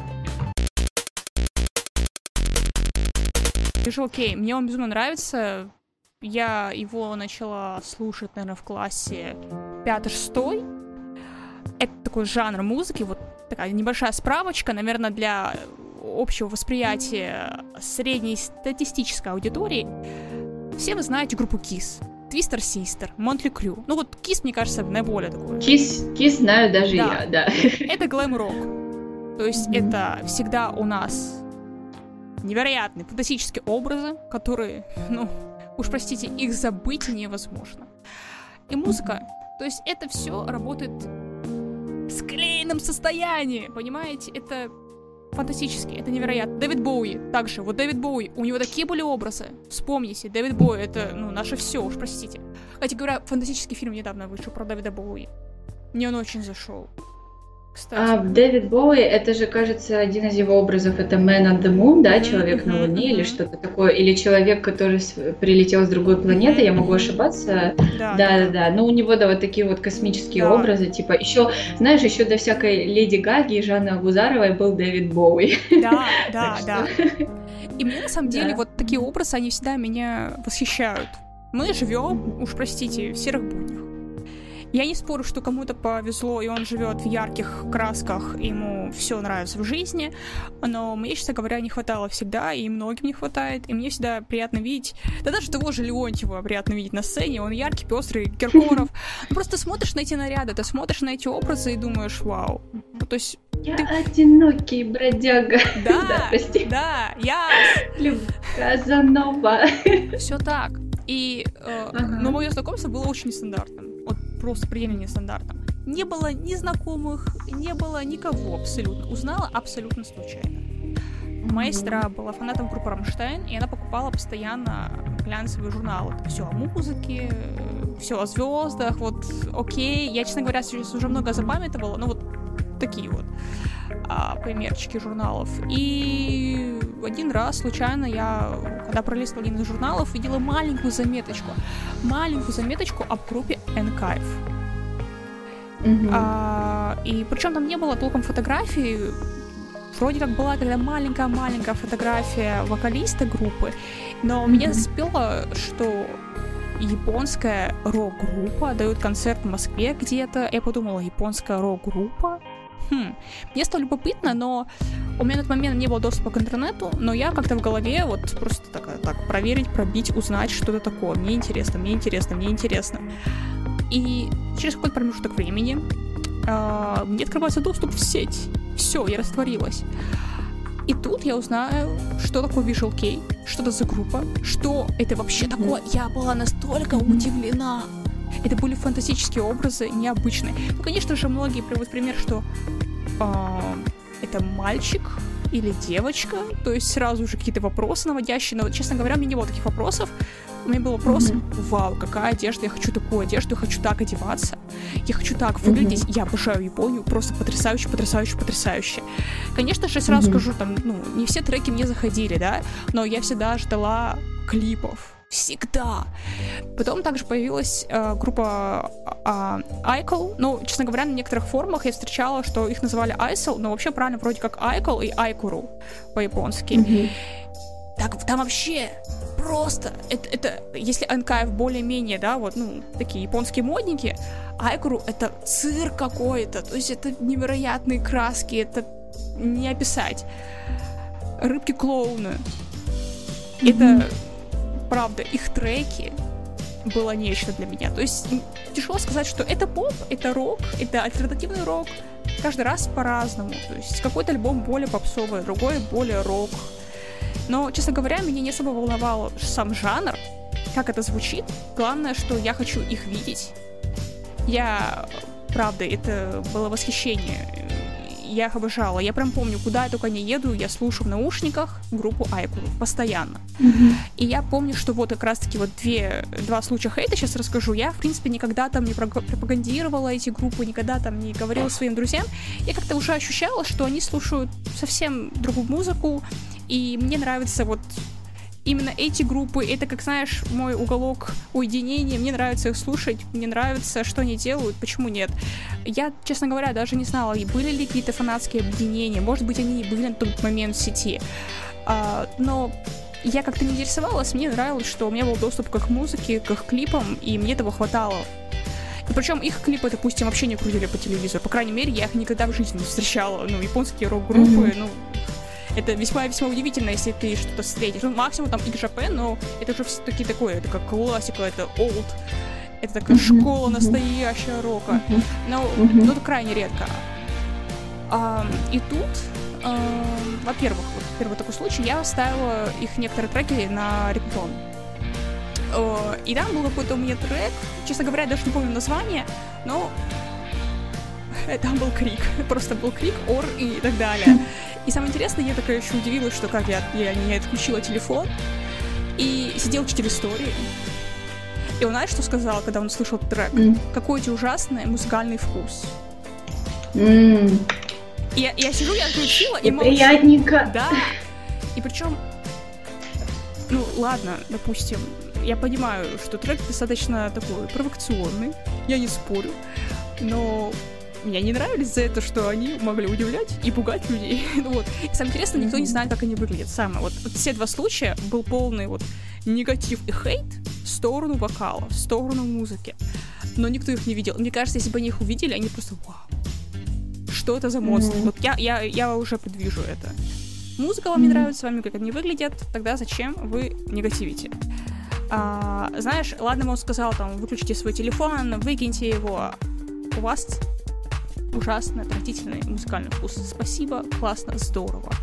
Visual Kei, мне он безумно нравится. Я его начала слушать, наверное, в классе пятый-шестой. Это такой жанр музыки, вот такая небольшая справочка, наверное, для общего восприятия средней статистической аудитории. Все вы знаете группу Kiss. Twister Sister, Motley Crue. Ну вот Kiss, мне кажется, наиболее такой. Kiss, Kiss знаю даже да. я, да. Это глэм-рок. То есть mm-hmm. это всегда у нас невероятные, фантастические образы, которые, ну, уж простите, их забыть невозможно. И музыка, mm-hmm. то есть это все работает в склеенном состоянии, понимаете? Это фантастически, это невероятно. Дэвид Боуи, также, вот Дэвид Боуи, у него такие были образы. Вспомните, Дэвид Боуи, это, ну, наше все, уж простите. Кстати говоря, фантастический фильм недавно вышел про Дэвида Боуи. Мне он очень зашел. Кстати. А, Дэвид Боуи, это же, кажется, один из его образов, это Man on the Moon, да, человек mm-hmm, на Луне mm-hmm. или что-то такое, или человек, который с... прилетел с другой планеты, mm-hmm. я могу ошибаться. Да, да, да, да. Но у него, да, вот такие вот космические да. образы, типа, еще, знаешь, еще до всякой Леди Гаги и Жанны Агузаровой был Дэвид Боуи. Да, да, да. И мне, на самом деле, вот такие образы, они всегда меня восхищают. Мы живем, уж простите, в серых буднях. Я не спорю, что кому-то повезло, и он живет в ярких красках, и ему все нравится в жизни, но мне, честно говоря, не хватало всегда, и многим не хватает, и мне всегда приятно видеть, да даже того же Леонтьева приятно видеть на сцене, он яркий, пестрый, Киркоров. Просто смотришь на эти наряды, ты смотришь на эти образы и думаешь, вау. То есть я ты... одинокий бродяга. Да, да, прости. Да, я... Казанова. Все так. И, э, ага. но мое знакомство было очень нестандартным. Вот просто предельно нестандартным. Не было ни знакомых, не было никого абсолютно. Узнала абсолютно случайно. Mm-hmm. Моя сестра была фанатом группы Рамштайн, и она покупала постоянно глянцевые журналы. Все о музыке, все о звездах, вот окей. Я, честно говоря, сейчас уже много запамятовала, но вот такие вот а, примерчики журналов. И один раз случайно я, когда пролистывала один из журналов, видела маленькую заметочку. Маленькую заметочку об группе Enkive. Mm-hmm. А, и причем там не было толком фотографий. Вроде как была когда маленькая-маленькая фотография вокалиста группы, но mm-hmm. меня зацепило, что японская рок-группа дает концерт в Москве где-то. Я подумала, японская рок-группа? Хм. Мне стало любопытно, но у меня на тот момент не было доступа к интернету, но я как-то в голове вот просто так, так проверить, пробить, узнать, что это такое. Мне интересно, мне интересно, мне интересно. И через какой-то промежуток времени э, мне открывается доступ в сеть. Все, я растворилась. И тут я узнаю, что такое Visual Kei, что это за группа, что это вообще mm-hmm. такое. Я была настолько mm-hmm. удивлена. Это были фантастические образы, необычные. Ну, конечно же, многие приводят пример, что э, это мальчик или девочка, то есть сразу же какие-то вопросы наводящие. Но, честно говоря, у меня не было таких вопросов. У меня был вопрос, mm-hmm. вау, какая одежда, я хочу такую одежду, я хочу так одеваться, я хочу так выглядеть, mm-hmm. я обожаю Японию, просто потрясающе, потрясающе, потрясающе. Конечно же, сразу mm-hmm. скажу, там, ну, не все треки мне заходили, да, но я всегда ждала клипов. Всегда. Потом также появилась э, группа э, Айкл. Ну, честно говоря, на некоторых форумах я встречала, что их называли Айсел, но вообще правильно вроде как Айкл и Айкуру по-японски. Mm-hmm. Так, там вообще просто... Это, это если Enkive более-менее, да, вот, ну, такие японские модники, Айкуру — это цирк какой-то, то есть это невероятные краски, это не описать. Рыбки-клоуны. Mm-hmm. Это... Правда, их треки было нечто для меня. То есть тяжело сказать, что это поп, это рок, это альтернативный рок. Каждый раз по-разному. То есть какой-то альбом более попсовый, другой более рок. Но, честно говоря, меня не особо волновал сам жанр, как это звучит. Главное, что я хочу их видеть. Я, правда, это было восхищение. Я их обожала. Я прям помню, куда я только не еду, я слушаю в наушниках группу Айкуру постоянно. Mm-hmm. И я помню, что вот как раз-таки вот две, два случая хейта, сейчас расскажу. Я, в принципе, никогда там не пропагандировала эти группы, никогда там не говорила своим друзьям. Я как-то уже ощущала, что они слушают совсем другую музыку, и мне нравится вот именно эти группы. Это, как знаешь, мой уголок уединения. Мне нравится их слушать, мне нравится, что они делают, почему нет. Я, честно говоря, даже не знала, были ли какие-то фанатские объединения. Может быть, они и были на тот момент в сети. А, но я как-то не интересовалась. Мне нравилось, что у меня был доступ к их музыке, к их клипам, и мне этого хватало. И причем их клипы, допустим, вообще не крутили по телевизору. По крайней мере, я их никогда в жизни не встречала. Ну, японские рок-группы, mm-hmm. ну... Это весьма-весьма удивительно, если ты что-то встретишь. Ну, максимум там X-Japan, но это уже все-таки такое, это как классика, это old, это такая uh-huh, школа uh-huh. настоящая рока. Uh-huh. Но uh-huh. ну, это крайне редко. А, и тут, а, во-первых, вот первый такой случай, я ставила их некоторые треки на рингтон. А, и там был какой-то у меня трек, честно говоря, я даже не помню название, но там был крик, просто был крик, ор и так далее. И самое интересное, я такая еще удивилась, что как я, я не отключила телефон и сидел читал истории. И он, знаешь, что сказал, когда он слышал трек? Mm. Какой у тебя ужасный музыкальный вкус. Mm. И я, я сижу, я отключила и, и молчу. Приятненько. Да. И причем, ну ладно, допустим, я понимаю, что трек достаточно такой провокационный, я не спорю, но... Мне не нравились за это, что они могли удивлять и пугать людей. Вот. И самое интересное, никто не знает, как они выглядят. Самое. Вот, вот все два случая был полный вот негатив и хейт в сторону вокала, в сторону музыки. Но никто их не видел. Мне кажется, если бы они их увидели, они просто вау. Что это за монстр? Mm-hmm. Вот я, я, я уже предвижу это. Музыка вам mm-hmm. не нравится, с вами как они выглядят, тогда зачем вы негативите? А, знаешь, ладно, он сказал, там, выключите свой телефон, выкиньте его. У вас ужасно отвратительный музыкальный вкус. Спасибо, классно, здорово.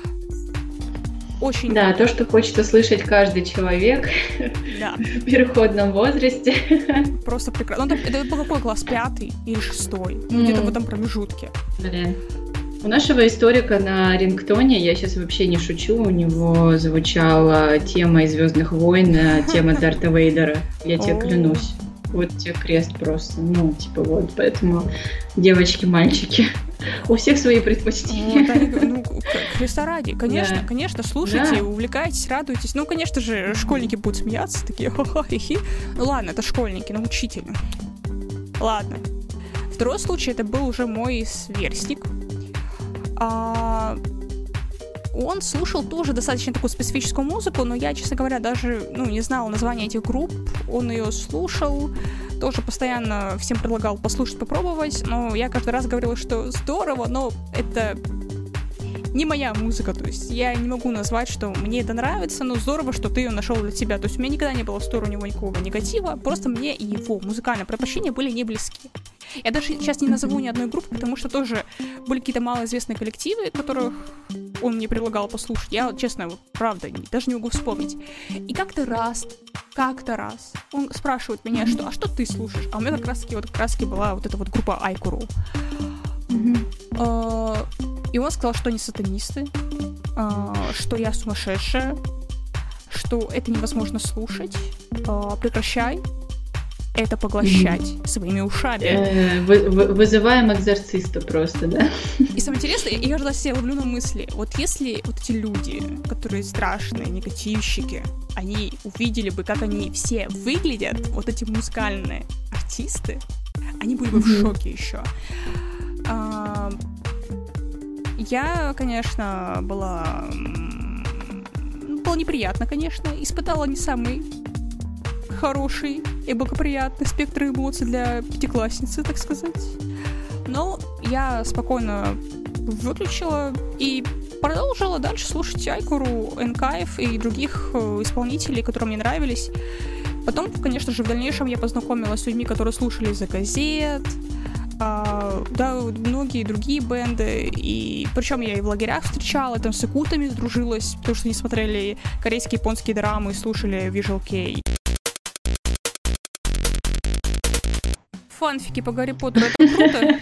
Очень... Да, то, что хочет услышать каждый человек да. в переходном возрасте. Просто прекрасно. Ну, это был какой класс? Пятый или шестой? Mm. Где-то в этом промежутке. Блин. У нашего историка на рингтоне, я сейчас вообще не шучу, у него звучала тема из «Звездных войн», тема Дарта Вейдера. Я тебе клянусь. Вот тебе крест просто, ну, типа вот, поэтому девочки, мальчики, у всех свои предпочтения. Вот, они, ну, Христа ради, конечно, да. конечно, слушайте, да. увлекайтесь, радуйтесь. Ну, конечно же, школьники будут смеяться, такие ха-ха, хи-хи. Ну, ладно, это школьники, но учитель. Ладно. Второй случай, это был уже мой сверстник. А... Он слушал тоже достаточно такую специфическую музыку, но я, честно говоря, даже ну, не знала названия этих групп. Он ее слушал, тоже постоянно всем предлагал послушать, попробовать, но я каждый раз говорила, что здорово, но это не моя музыка, то есть я не могу назвать, что мне это нравится, но здорово, что ты ее нашел для себя. То есть у меня никогда не было в сторону него никакого негатива, просто мне и его музыкальные предпочтения были не близки. Я даже сейчас не назову ни одной группы, потому что тоже были какие-то малоизвестные коллективы, которых он мне предлагал послушать. Я, честно, вот, правда, даже не могу вспомнить. И как-то раз, как-то раз он спрашивает меня, что, а что ты слушаешь? А у меня как раз-таки, вот, как раз-таки была вот эта вот группа Айкуру. Mm-hmm. И он сказал, что они сатанисты, что я сумасшедшая, что это невозможно слушать, прекращай это поглощать mm-hmm. своими ушами. Э, вы, вы, вызываем экзорциста просто, да? И самое интересное, я же себя ловлю на мысли, вот если вот эти люди, которые страшные, негативщики, они увидели бы, как они все выглядят, вот эти музыкальные артисты, они были бы mm-hmm. в шоке еще. А, я, конечно, была... Было неприятно, конечно, испытала не самый хороший и благоприятный спектр эмоций для пятиклассницы, так сказать. Но я спокойно выключила и продолжила дальше слушать Айкуру, Энкаев и других исполнителей, которые мне нравились. Потом, конечно же, в дальнейшем я познакомилась с людьми, которые слушали The Gazette, а, да, многие другие бенды, и причем я и в лагерях встречала, там с якутами сдружилась, потому что они смотрели корейские, японские драмы и слушали Visual Kei. Фанфики по Гарри Поттеру — это круто?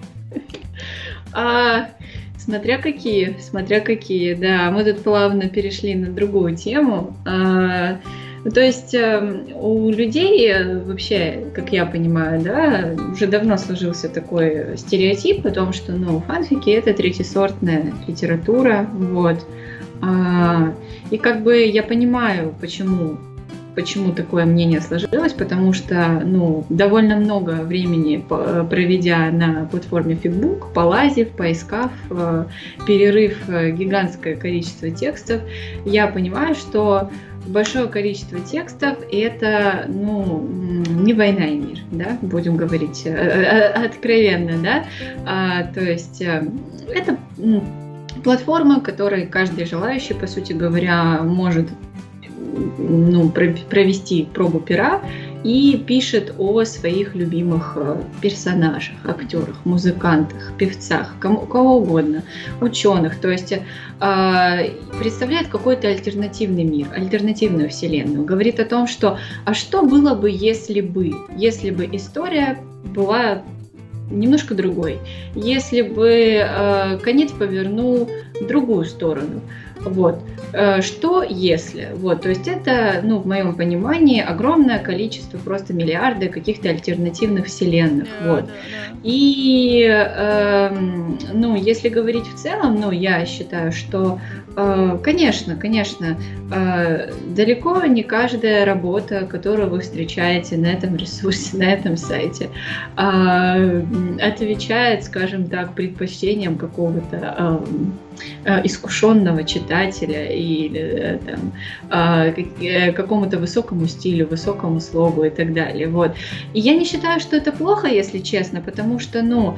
А, смотря какие, смотря какие, да. Мы тут плавно перешли на другую тему. А, то есть у людей вообще, как я понимаю, да, уже давно сложился такой стереотип о том, что, ну, фанфики — это третьесортная литература, вот. А, и как бы я понимаю, почему. Почему такое мнение сложилось? Потому что, ну, довольно много времени проведя на платформе Фигбук, полазив, поискав, перерыв гигантское количество текстов, я понимаю, что большое количество текстов — это, ну, не «Война и мир», да, будем говорить откровенно, да, а, то есть это платформа, в которой каждый желающий, по сути говоря, может, ну, провести пробу пера и пишет о своих любимых персонажах, актерах, музыкантах, певцах, кому, кого угодно, ученых. То есть э, представляет какой-то альтернативный мир, альтернативную вселенную. Говорит о том, что а что было бы, если бы, если бы история была немножко другой, если бы э, конец повернул в другую сторону. Вот. Что если? Вот, то есть это, ну, в моем понимании, огромное количество, просто миллиарды каких-то альтернативных вселенных. Да, вот. Да, да. И, э, ну, если говорить в целом, ну, я считаю, что, э, конечно, конечно, э, далеко не каждая работа, которую вы встречаете на этом ресурсе, на этом сайте, э, отвечает, скажем так, предпочтениям какого-то э, искушенного читателя или там, какому-то высокому стилю, высокому слогу и так далее. Вот. И я не считаю, что это плохо, если честно, потому что, ну,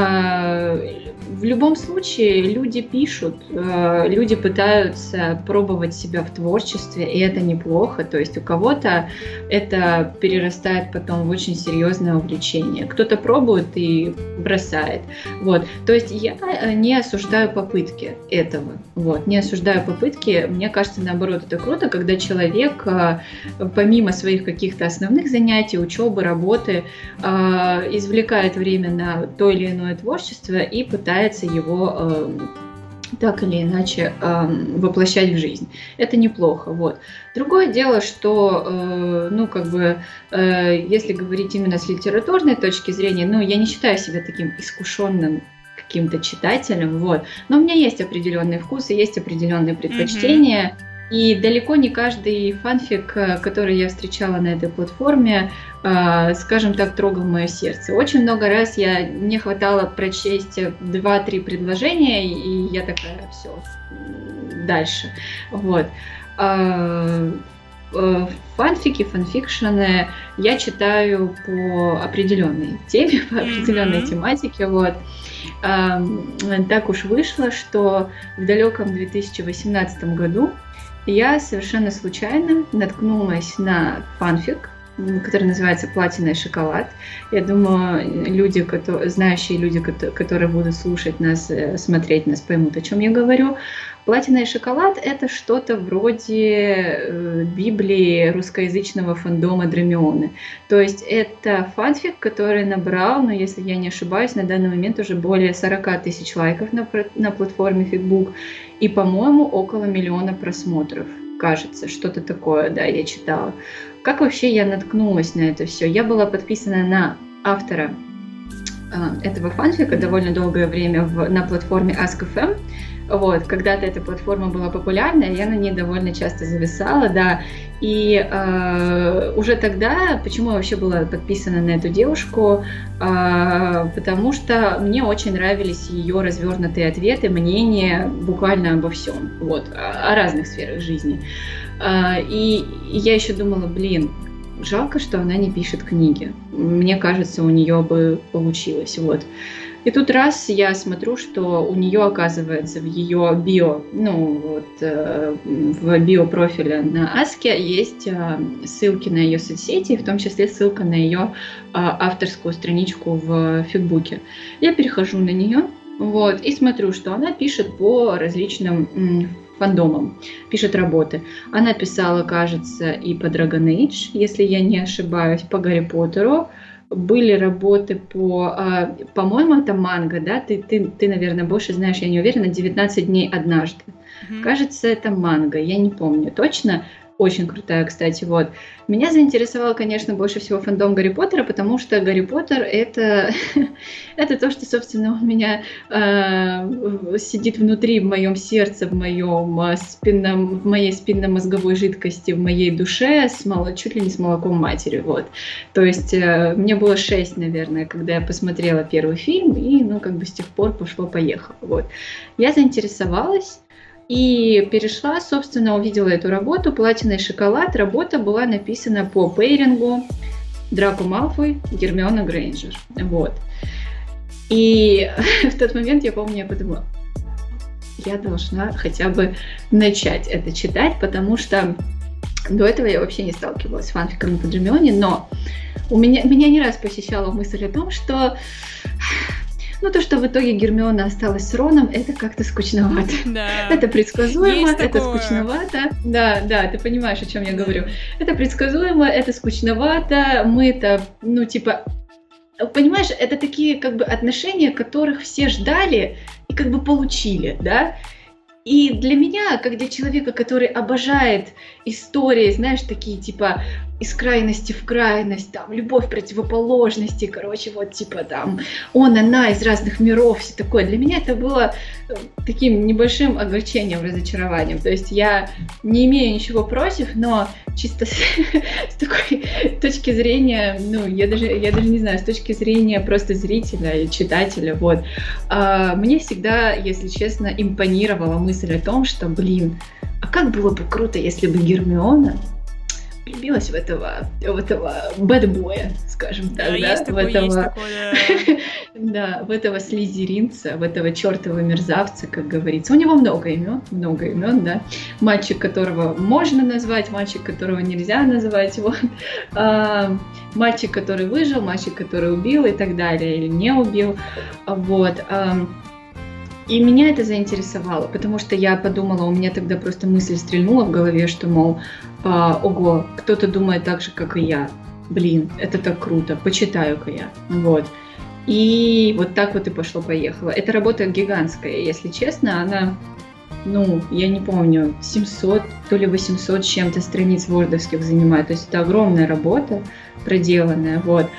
в любом случае люди пишут, люди пытаются пробовать себя в творчестве, и это неплохо. То есть у кого-то это перерастает потом в очень серьезное увлечение. Кто-то пробует и бросает. Вот. То есть я не осуждаю попытки этого. Вот. Не осуждаю попытки. Мне кажется, наоборот, это круто, когда человек помимо своих каких-то основных занятий, учебы, работы, извлекает время на то или иное творчество и пытается его так или иначе воплощать в жизнь. Это неплохо. Вот. Другое дело, что, ну, как бы, если говорить именно с литературной точки зрения, ну, я не считаю себя таким искушенным каким-то читателем, вот. Но у меня есть определенные вкусы, есть определенные предпочтения. Mm-hmm. И далеко не каждый фанфик, который я встречала на этой платформе, скажем так, трогал мое сердце. Очень много раз я не хватало прочесть два-три предложения, и я такая, все, дальше. Вот. Фанфики, фанфикшены я читаю по определенной теме, по определенной mm-hmm. тематике. Вот. Так уж вышло, что в далеком две тысячи восемнадцатом году я совершенно случайно наткнулась на фанфик, который называется «Платина и шоколад». Я думаю, люди, которые, знающие люди, которые будут слушать нас, смотреть нас, поймут, о чем я говорю. «Платина и шоколад» — это что-то вроде Библии русскоязычного фандома Драмионы. То есть это фанфик, который набрал, ну, если я не ошибаюсь, на данный момент уже более сорок тысяч лайков на, на платформе Фигбук и, по-моему, около миллиона просмотров. Кажется, что-то такое, да, я читала. Как вообще я наткнулась на это все? Я была подписана на автора э, этого фанфика довольно долгое время в, на платформе Ask эф эм. Вот, когда-то эта платформа была популярная, я на ней довольно часто зависала, да, и э, уже тогда, почему я вообще была подписана на эту девушку, э, потому что мне очень нравились ее развернутые ответы, мнения буквально обо всем, вот, о, о разных сферах жизни, э, и, и я еще думала, блин, жалко, что она не пишет книги, мне кажется, у нее бы получилось, вот. И тут раз я смотрю, что у нее, оказывается, в ее био, ну вот э, в биопрофиле на Аске есть э, ссылки на ее соцсети, в том числе ссылка на ее э, авторскую страничку в Фигбуке. Я перехожу на нее, вот, и смотрю, что она пишет по различным м, фандомам, пишет работы. Она писала, кажется, и по Dragon Age, если я не ошибаюсь, по Гарри Поттеру. Были работы по, э, по-моему, это манга, да? Ты, ты, ты, наверное, больше знаешь, я не уверена, девятнадцать дней однажды. Mm-hmm. Кажется, это манга, я не помню точно. Очень крутая, кстати, вот. Меня заинтересовал, конечно, больше всего фандом Гарри Поттера, потому что Гарри Поттер это, это то, что, собственно, у меня э, сидит внутри, в моем сердце, в, моем спинном, в моей спинномозговой жидкости, в моей душе, с мол... чуть ли не с молоком матери, вот. То есть э, мне было шесть, наверное, когда я посмотрела первый фильм, и, ну, как бы с тех пор пошло-поехало, вот. Я заинтересовалась. И перешла, собственно, увидела эту работу «Платина и шоколад». Работа была написана по пейрингу Драко Малфой, Гермиона Грейнджер. Вот. И в тот момент, я помню, я подумала, я должна хотя бы начать это читать, потому что до этого я вообще не сталкивалась с фанфиками по Гермионе, но у меня, меня не раз посещала мысль о том, что... Ну, то, что в итоге Гермиона осталась с Роном, это как-то скучновато. Да. Это предсказуемо, есть это такое. Скучновато. Да, да, ты понимаешь, о чем я говорю. Это предсказуемо, это скучновато. Мы это, ну, типа... Понимаешь, это такие, как бы, отношения, которых все ждали и, как бы, получили, да? И для меня, как для человека, который обожает истории, знаешь, такие, типа, из крайности в крайность, там, любовь противоположности, короче, вот, типа, там, он, она из разных миров, все такое. Для меня это было таким небольшим огорчением, разочарованием. То есть я не имею ничего против, но чисто с, с такой точки зрения, ну, я даже, я даже не знаю, с точки зрения просто зрителя и читателя, вот, а, мне всегда, если честно, импонировала мысль о том, что, блин, а как было бы круто, если бы Гермиона влюбилась в этого, в этого бэдбоя, скажем так, да, да? Такое, в этого, такое... да, в этого слизеринца, в этого чертова мерзавца, как говорится. У него много имен, много имен, да, мальчик, которого можно назвать, мальчик, которого нельзя назвать, вот, а, мальчик, который выжил, мальчик, который убил и так далее, или не убил, вот. А, и меня это заинтересовало, потому что я подумала, у меня тогда просто мысль стрельнула в голове, что, мол, а, ого, кто-то думает так же, как и я. Блин, это так круто, почитаю-ка я. Вот. И вот так вот и пошло-поехало. Эта работа гигантская, если честно, она, ну, я не помню, семьсот, то ли восемьсот с чем-то страниц вордовских занимает. То есть это огромная работа проделанная, вот.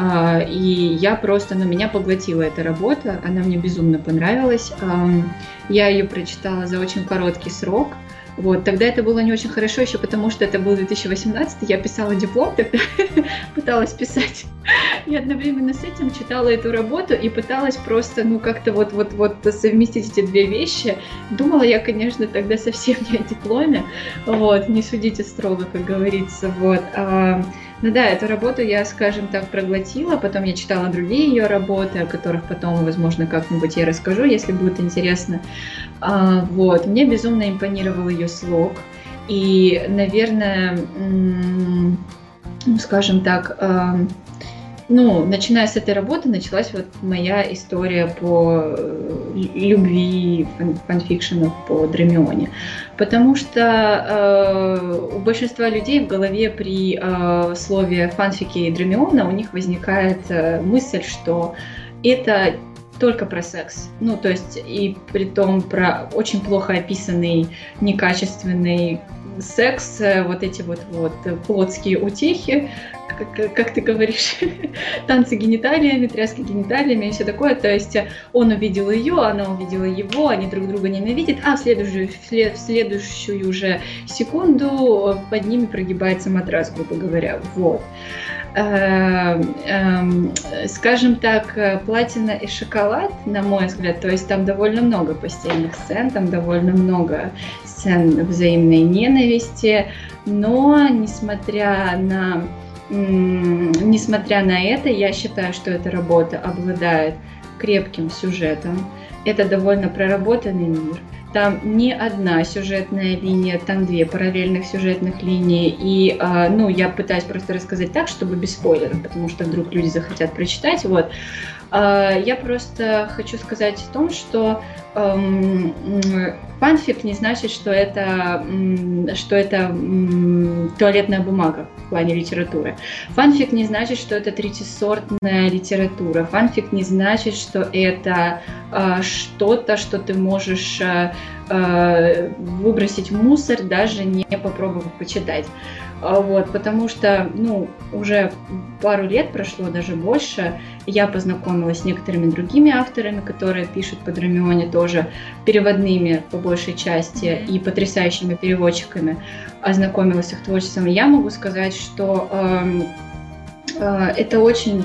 И я просто, ну, меня поглотила эта работа, она мне безумно понравилась. Я ее прочитала за очень короткий срок. Вот, тогда это было не очень хорошо еще, потому что это был две тысячи восемнадцатый, я писала диплом, тогда пыталась писать. И одновременно с этим читала эту работу и пыталась просто, ну, как-то вот-вот-вот совместить эти две вещи. Думала я, конечно, тогда совсем не о дипломе, вот, не судите строго, как говорится, вот. А, ну да, эту работу я, скажем так, проглотила, потом я читала другие ее работы, о которых потом, возможно, как-нибудь я расскажу, если будет интересно. А, вот, мне безумно импонировал ее слог, и, наверное, м- ну, скажем так, э- ну, начиная с этой работы, началась вот моя история по любви фан- фанфикшенов по Драмионе. Потому что э, у большинства людей в голове при э, слове фанфики и Драмиона у них возникает э, мысль, что это только про секс. Ну, то есть, и при том про очень плохо описанный, некачественный секс, вот эти вот, вот плотские утехи, как, как ты говоришь, танцы гениталиями, тряски гениталиями и все такое. То есть он увидел ее, она увидела его, они друг друга ненавидят, а в следующую, в следующую уже секунду под ними прогибается матрас, грубо говоря. Вот. Скажем так, «Платина и шоколад», на мой взгляд, то есть там довольно много постельных сцен, там довольно много сцен взаимной ненависти, но несмотря на, несмотря на это, я считаю, что эта работа обладает крепким сюжетом, это довольно проработанный мир. Там не одна сюжетная линия, там две параллельных сюжетных линии. И, э, ну, я пытаюсь просто рассказать так, чтобы без спойлеров, потому что вдруг люди захотят прочитать. Вот. Э, я просто хочу сказать о том, что эм, фанфик не значит, что это, что это туалетная бумага в плане литературы. Фанфик не значит, что это третьесортная литература. Фанфик не значит, что это э, что-то, что ты можешь э, выбросить в мусор, даже не попробовав почитать. Вот, потому что, ну, уже пару лет прошло, даже больше, я познакомилась с некоторыми другими авторами, которые пишут под Ромеоне тоже переводными, по большей части, mm-hmm. и потрясающими переводчиками, ознакомилась с их творчеством. Я могу сказать, что э, э, это очень...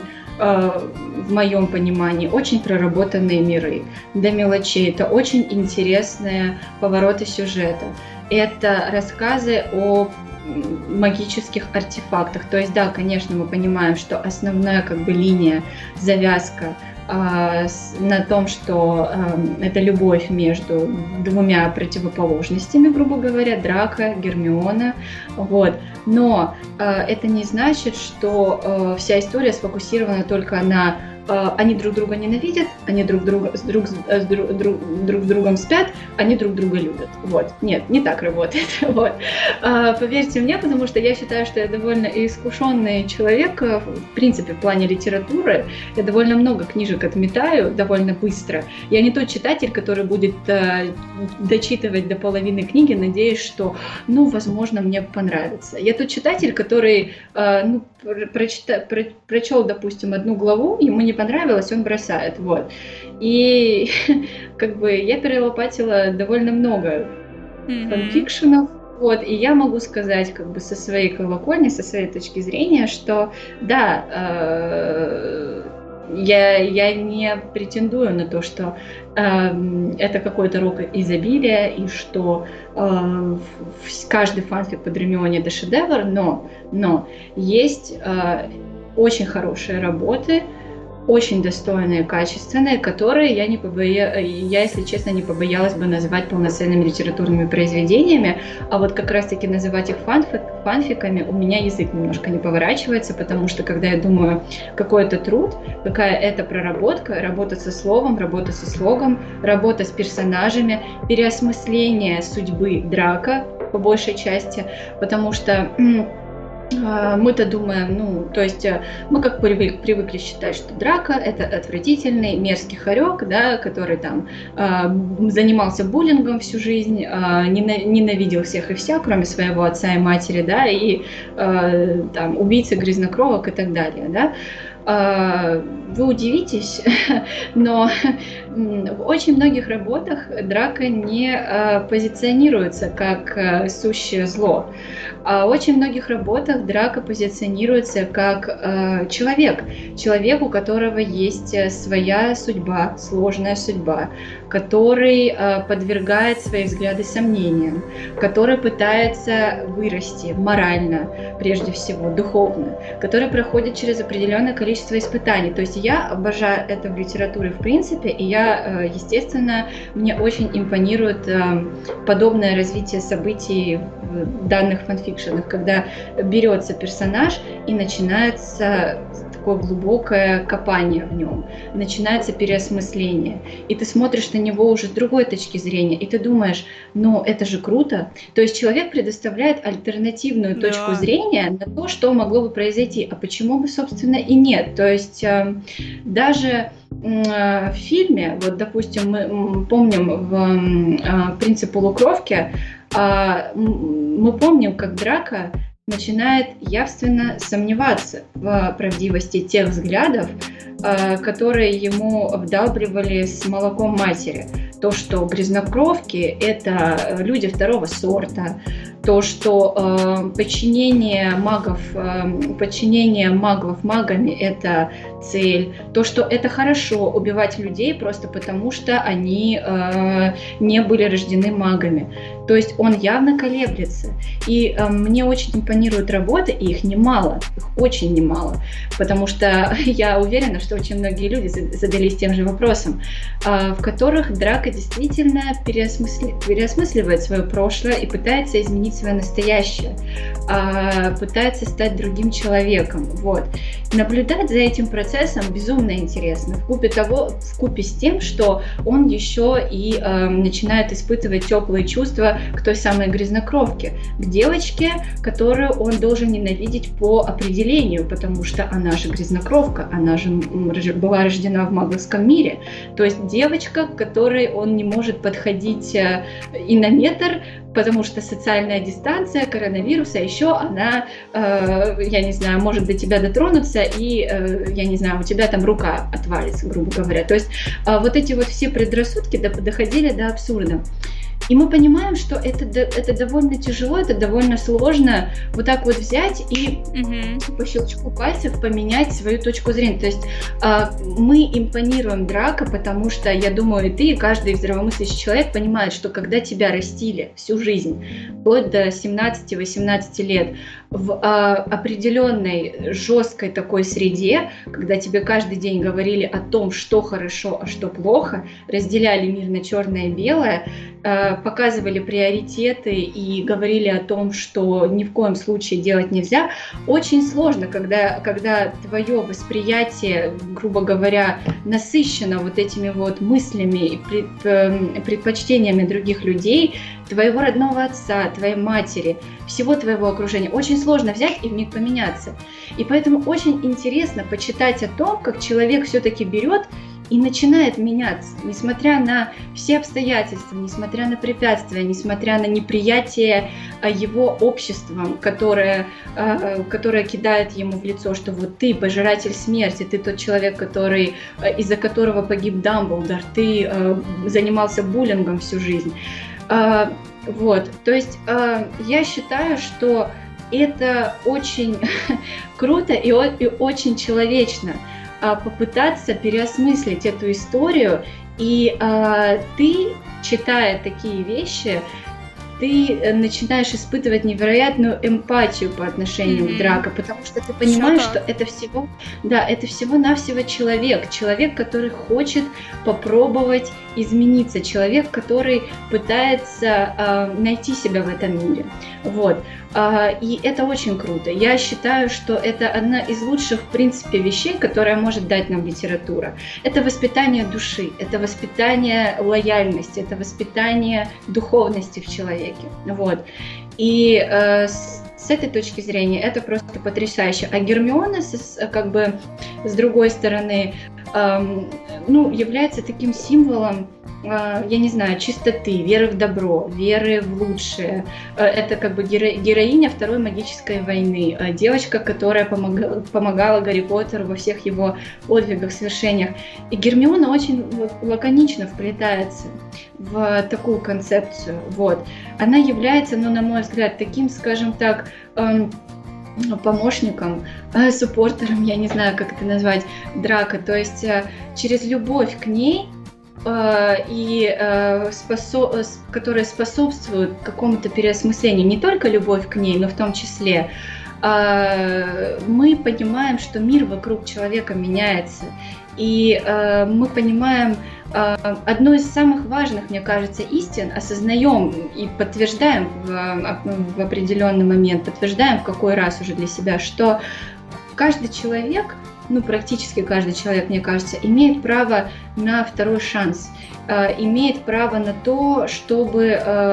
в моем понимании, очень проработанные миры до мелочей. Это очень интересные повороты сюжета. Это рассказы о магических артефактах. То есть, да, конечно, мы понимаем, что основная как бы линия, завязка э, с, на том, что э, это любовь между двумя противоположностями, грубо говоря, Драко, Гермиона. Вот. Но э, это не значит, что э, вся история сфокусирована только на э, они друг друга ненавидят, они друг друга с друг, с друг, друг, друг с другом спят, они друг друга любят. Вот. Нет, не так работает. Вот. Э, поверьте мне, потому что я считаю, что я довольно искушенный человек, в принципе, в плане литературы. Я довольно много книжек отметаю довольно быстро. Я не тот читатель, который будет э, дочитывать до половины книги, надеясь, что, ну, возможно, мне понравится. Я тот читатель, который э, ну, прочита, про, прочел, допустим, одну главу, ему не понравилось, он бросает. Вот. И как бы я перелопатила довольно много mm-hmm. фанфикшенов. Вот, и я могу сказать, как бы со своей колокольни, со своей точки зрения, что да, э, я, я не претендую на то, что э, это какой-то рок изобилия, и что э, каждый фанфик под Ромеоне это шедевр, но, но есть э, очень хорошие работы, очень достойные, качественные, которые я, не побоя... я, если честно, не побоялась бы называть полноценными литературными произведениями, а вот как раз-таки называть их фанфик... фанфиками у меня язык немножко не поворачивается, потому что когда я думаю, какой это труд, какая это проработка, работа со словом, работа со слогом, работа с персонажами, переосмысление судьбы Драко по большей части, потому что мы-то думаем, ну, то есть мы как привык, привыкли считать, что Драко — это отвратительный, мерзкий хорек, да, который там э, занимался буллингом всю жизнь, э, ненавидел всех и вся, кроме своего отца и матери, да, и э, там убийцы грязнокровок и так далее, да. Вы удивитесь, но в очень многих работах Драко не позиционируется как сущее зло. А в очень многих работах Драко позиционируется как человек, человек, у которого есть своя судьба, сложная судьба, который подвергает свои взгляды сомнениям, который пытается вырасти морально, прежде всего, духовно, который проходит через определенное количество испытаний. То есть я обожаю это в литературе в принципе, и я, естественно, мне очень импонирует подобное развитие событий в данных фанфикшенах, когда берется персонаж и начинается такое глубокое копание в нем, начинается переосмысление, и ты смотришь на него уже с другой точки зрения, и ты думаешь, ну это же круто. То есть человек предоставляет альтернативную да. точку зрения на то, что могло бы произойти, а почему бы, собственно, и нет. То есть э, даже э, в фильме, вот, допустим, мы помним в э, «Принце полукровки», э, мы помним, как Драко начинает явственно сомневаться в правдивости тех взглядов, э, которые ему вдалбливали с молоком матери. То, что грязнокровки — это люди второго сорта, то, что э, подчинение магов, э, подчинение маглов магами – это цель, то, что это хорошо убивать людей просто потому, что они э, не были рождены магами. То есть он явно колеблется. И э, мне очень импонируют работы, и их немало, их очень немало, потому что я уверена, что очень многие люди задались тем же вопросом, э, в которых Драко действительно переосмысли, переосмысливает свое прошлое и пытается изменить свое настоящее, э, пытается стать другим человеком. Вот. Наблюдать за этим процессом безумно интересно, вкупе того, вкупе с тем, что он еще и э, начинает испытывать теплые чувства к той самой грязнокровке, к девочке, которую он должен ненавидеть по определению, потому что она же грязнокровка, она же была рождена в магловском мире. То есть девочка, к которой он не может подходить и на метр, потому что социальная дистанция, коронавирус, а еще она, э, я не знаю, может до тебя дотронуться, и, э, я не знаю, у тебя там рука отвалится, грубо говоря. То есть э, вот эти вот все предрассудки доходили до абсурда. И мы понимаем, что это, это довольно тяжело, это довольно сложно вот так вот взять и mm-hmm. по щелчку пальцев поменять свою точку зрения. То есть э, мы импонируем Драко, потому что, я думаю, и ты, и каждый здравомыслящий человек понимает, что когда тебя растили всю жизнь, вплоть до семнадцати-восемнадцати лет, в э, определенной жесткой такой среде, когда тебе каждый день говорили о том, что хорошо, а что плохо, разделяли мир на черное и белое, э, показывали приоритеты и говорили о том, что ни в коем случае делать нельзя, очень сложно, когда, когда твое восприятие, грубо говоря, насыщено вот этими вот мыслями и пред, предпочтениями других людей, твоего родного отца, твоей матери, всего твоего окружения. Очень сложно взять и вмиг поменяться. И поэтому очень интересно почитать о том, как человек все-таки берет и начинает меняться, несмотря на все обстоятельства, несмотря на препятствия, несмотря на неприятие его обществом, которое, которое кидает ему в лицо, что вот ты пожиратель смерти, ты тот человек, который, из-за которого погиб Дамблдор, ты занимался буллингом всю жизнь. Вот, то есть я считаю, что это очень круто и очень человечно попытаться переосмыслить эту историю, и э, ты, читая такие вещи, ты начинаешь испытывать невероятную эмпатию по отношению mm-hmm. к Драко, потому что ты понимаешь, что это всего, да, это всего-навсего человек, человек, который хочет попробовать измениться, человек, который пытается э, найти себя в этом мире. Вот. Э, и это очень круто. Я считаю, что это одна из лучших, в принципе, вещей, которая может дать нам литература. Это воспитание души, это воспитание лояльности, это воспитание духовности в человеке. Вот. И э, с, с этой точки зрения это просто потрясающе. А Гермиона, с, как бы, с другой стороны, э, ну, является таким символом, э, я не знаю, чистоты, веры в добро, веры в лучшее. Э, это как бы геро, героиня Второй магической войны, э, девочка, которая помогала, помогала Гарри Поттеру во всех его подвигах, свершениях. И Гермиона очень лаконично вплетается в такую концепцию. Вот. Она является, ну, на мой взгляд, таким, скажем так, эм, помощником, э, суппортером, я не знаю, как это назвать, Драко. То есть э, через любовь к ней, э, и, э, способ, э, которая способствует какому-то переосмыслению, не только любовь к ней, но в том числе, э, мы понимаем, что мир вокруг человека меняется. И э, мы понимаем э, одну из самых важных, мне кажется, истин, осознаем и подтверждаем в, в определенный момент, подтверждаем в какой раз уже для себя, что каждый человек, ну практически каждый человек, мне кажется, имеет право на второй шанс, э, имеет право на то, чтобы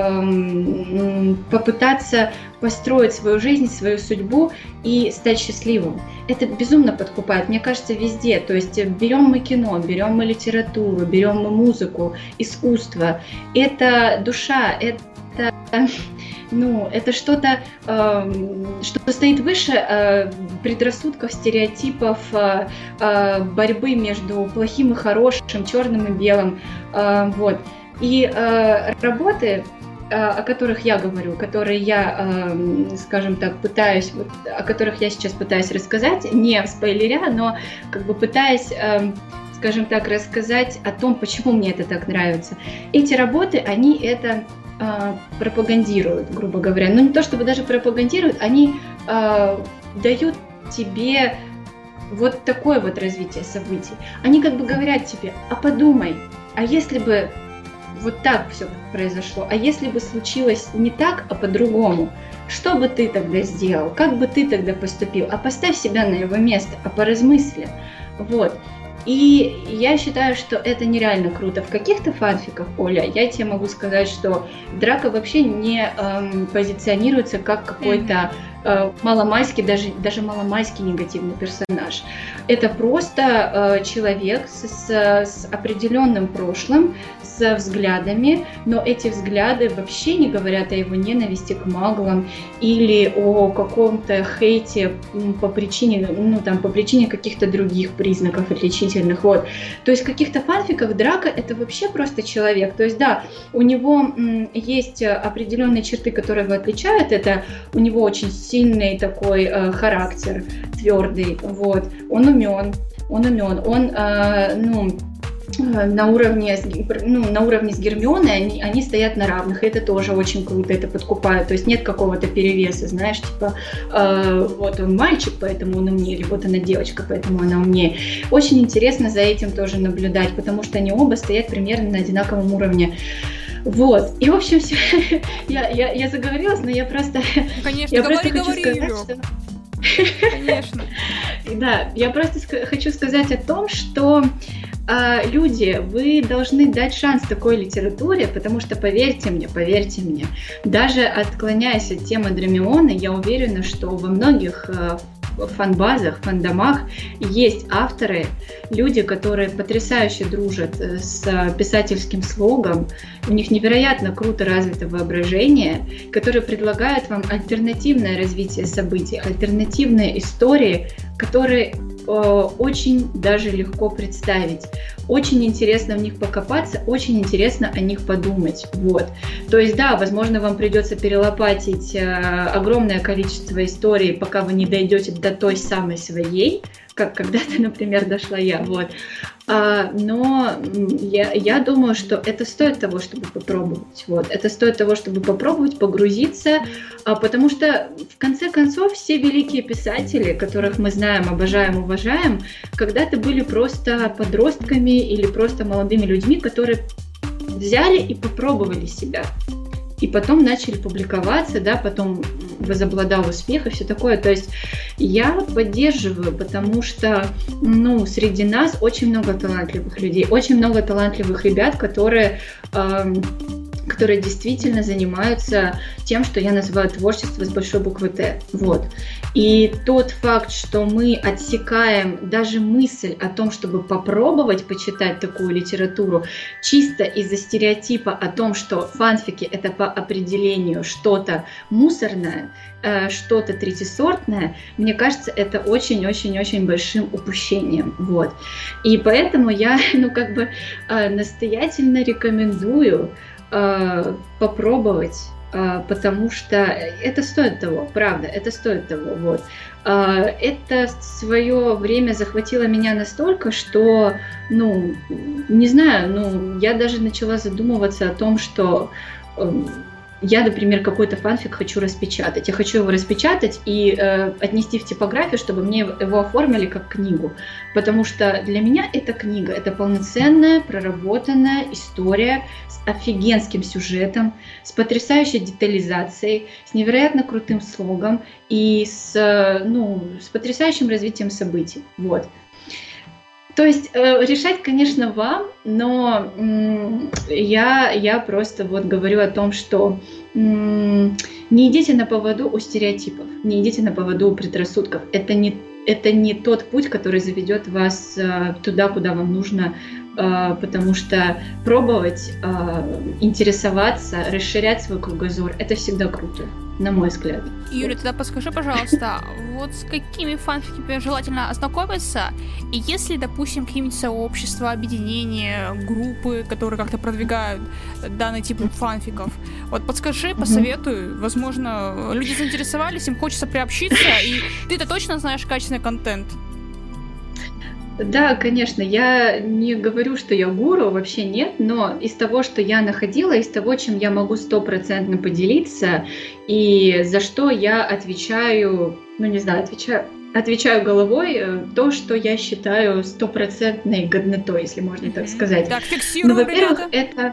э, попытаться построить свою жизнь, свою судьбу и стать счастливым. Это безумно подкупает, мне кажется, везде. То есть берем мы кино, берем мы литературу, берем мы музыку, искусство. Это душа, это, ну, это что-то, э, что стоит выше э, предрассудков, стереотипов, э, э, борьбы между плохим и хорошим, черным и белым. Э, вот. И э, работы о которых я говорю, которые я, скажем так, пытаюсь, вот, о которых я сейчас пытаюсь рассказать, не спойлеря, но как бы пытаясь, скажем так, рассказать о том, почему мне это так нравится. Эти работы, они это пропагандируют, грубо говоря. Но не то чтобы даже пропагандируют, они дают тебе вот такое вот развитие событий. Они как бы говорят тебе, а подумай, а если бы вот так все произошло, а если бы случилось не так, а по-другому, что бы ты тогда сделал, как бы ты тогда поступил, а поставь себя на его место, а поразмысли. Вот. И я считаю, что это нереально круто. В каких-то фанфиках, Оля, я тебе могу сказать, что Драко вообще не эм, позиционируется как какой-то э, маломальский, даже, даже маломальский негативный персонаж. Это просто э, человек с, с, с определенным прошлым, с взглядами, но эти взгляды вообще не говорят о его ненависти к маглам или о каком-то хейте по причине, ну, там, по причине каких-то других признаков отличительных. Вот. То есть в каких-то фанфиках Драко это вообще просто человек. То есть да, у него м, есть определенные черты, которые его отличают. Это у него очень сильный такой э, характер, твердый. Вот. Он умен, он умен, он, э, ну, на уровне, ну, на уровне с Гермионой они, они стоят на равных, и это тоже очень круто, это подкупает, то есть нет какого-то перевеса, знаешь, типа, э, вот он мальчик, поэтому он умнее, или вот она девочка, поэтому она умнее. Очень интересно за этим тоже наблюдать, потому что они оба стоят примерно на одинаковом уровне. Вот, и в общем все, я, я, я заговорилась, но я просто... Конечно, я говори, просто говори, хочу сказать, Юлю. что... Конечно. Да, я просто ск- хочу сказать о том, что э, люди, вы должны дать шанс такой литературе, потому что, поверьте мне, поверьте мне, даже отклоняясь от темы Драмиона, я уверена, что во многих э, фан-базах, фандомах есть авторы, люди, которые потрясающе дружат с писательским слогом, у них невероятно круто развито воображение, которые предлагают вам альтернативное развитие событий, альтернативные истории, которые э, очень даже легко представить. Очень интересно в них покопаться, очень интересно о них подумать. Вот. То есть, да, возможно, вам придется перелопатить э, огромное количество историй, пока вы не дойдете до той самой своей, как когда-то, например, дошла я. Вот. А, но я, я думаю, что это стоит того, чтобы попробовать. Вот. Это стоит того, чтобы попробовать погрузиться, а, потому что, в конце концов, все великие писатели, которых мы знаем, обожаем, уважаем, когда-то были просто подростками или просто молодыми людьми, которые взяли и попробовали себя. И потом начали публиковаться, да, потом возобладал успех и все такое. То есть я поддерживаю, потому что, ну, среди нас очень много талантливых людей, очень много талантливых ребят, которые, э, которые действительно занимаются тем, что я называю творчество с большой буквы Т. Вот. И тот факт, что мы отсекаем даже мысль о том, чтобы попробовать почитать такую литературу, чисто из-за стереотипа о том, что фанфики — это по определению что-то мусорное, что-то третьесортное, мне кажется, это очень-очень-очень большим упущением. Вот. И поэтому я, ну, как бы настоятельно рекомендую попробовать, потому что это стоит того, правда, это стоит того. Вот. Это свое время захватило меня настолько, что, ну, не знаю, ну, я даже начала задумываться о том, что я, например, какой-то фанфик хочу распечатать. Я хочу его распечатать и э, отнести в типографию, чтобы мне его оформили как книгу. Потому что для меня это книга. Это полноценная, проработанная история с офигенским сюжетом, с потрясающей детализацией, с невероятно крутым слогом и с, ну, с потрясающим развитием событий. Вот. То есть э, решать, конечно, вам, но м- я, я просто вот говорю о том, что м- не идите на поводу у стереотипов, не идите на поводу у предрассудков. Это не, это не тот путь, который заведет вас э, туда, куда вам нужно, э, потому что пробовать, э, интересоваться, расширять свой кругозор — это всегда круто. на мой взгляд. Юля, тогда подскажи, пожалуйста, вот с какими фанфиками желательно ознакомиться, и если, допустим, какие-нибудь сообщества, объединения, группы, которые как-то продвигают данный тип фанфиков, вот подскажи, посоветуй, возможно, люди заинтересовались, им хочется приобщиться, и ты-то точно знаешь качественный контент. Да, конечно, я не говорю, что я гуру, вообще нет, но из того, что я находила, из того, чем я могу стопроцентно поделиться, и за что я отвечаю, ну не знаю, отвечаю, отвечаю головой, то, что я считаю стопроцентной годнотой, если можно так сказать. Так, фиксируем, ну, во-первых, ребята. это...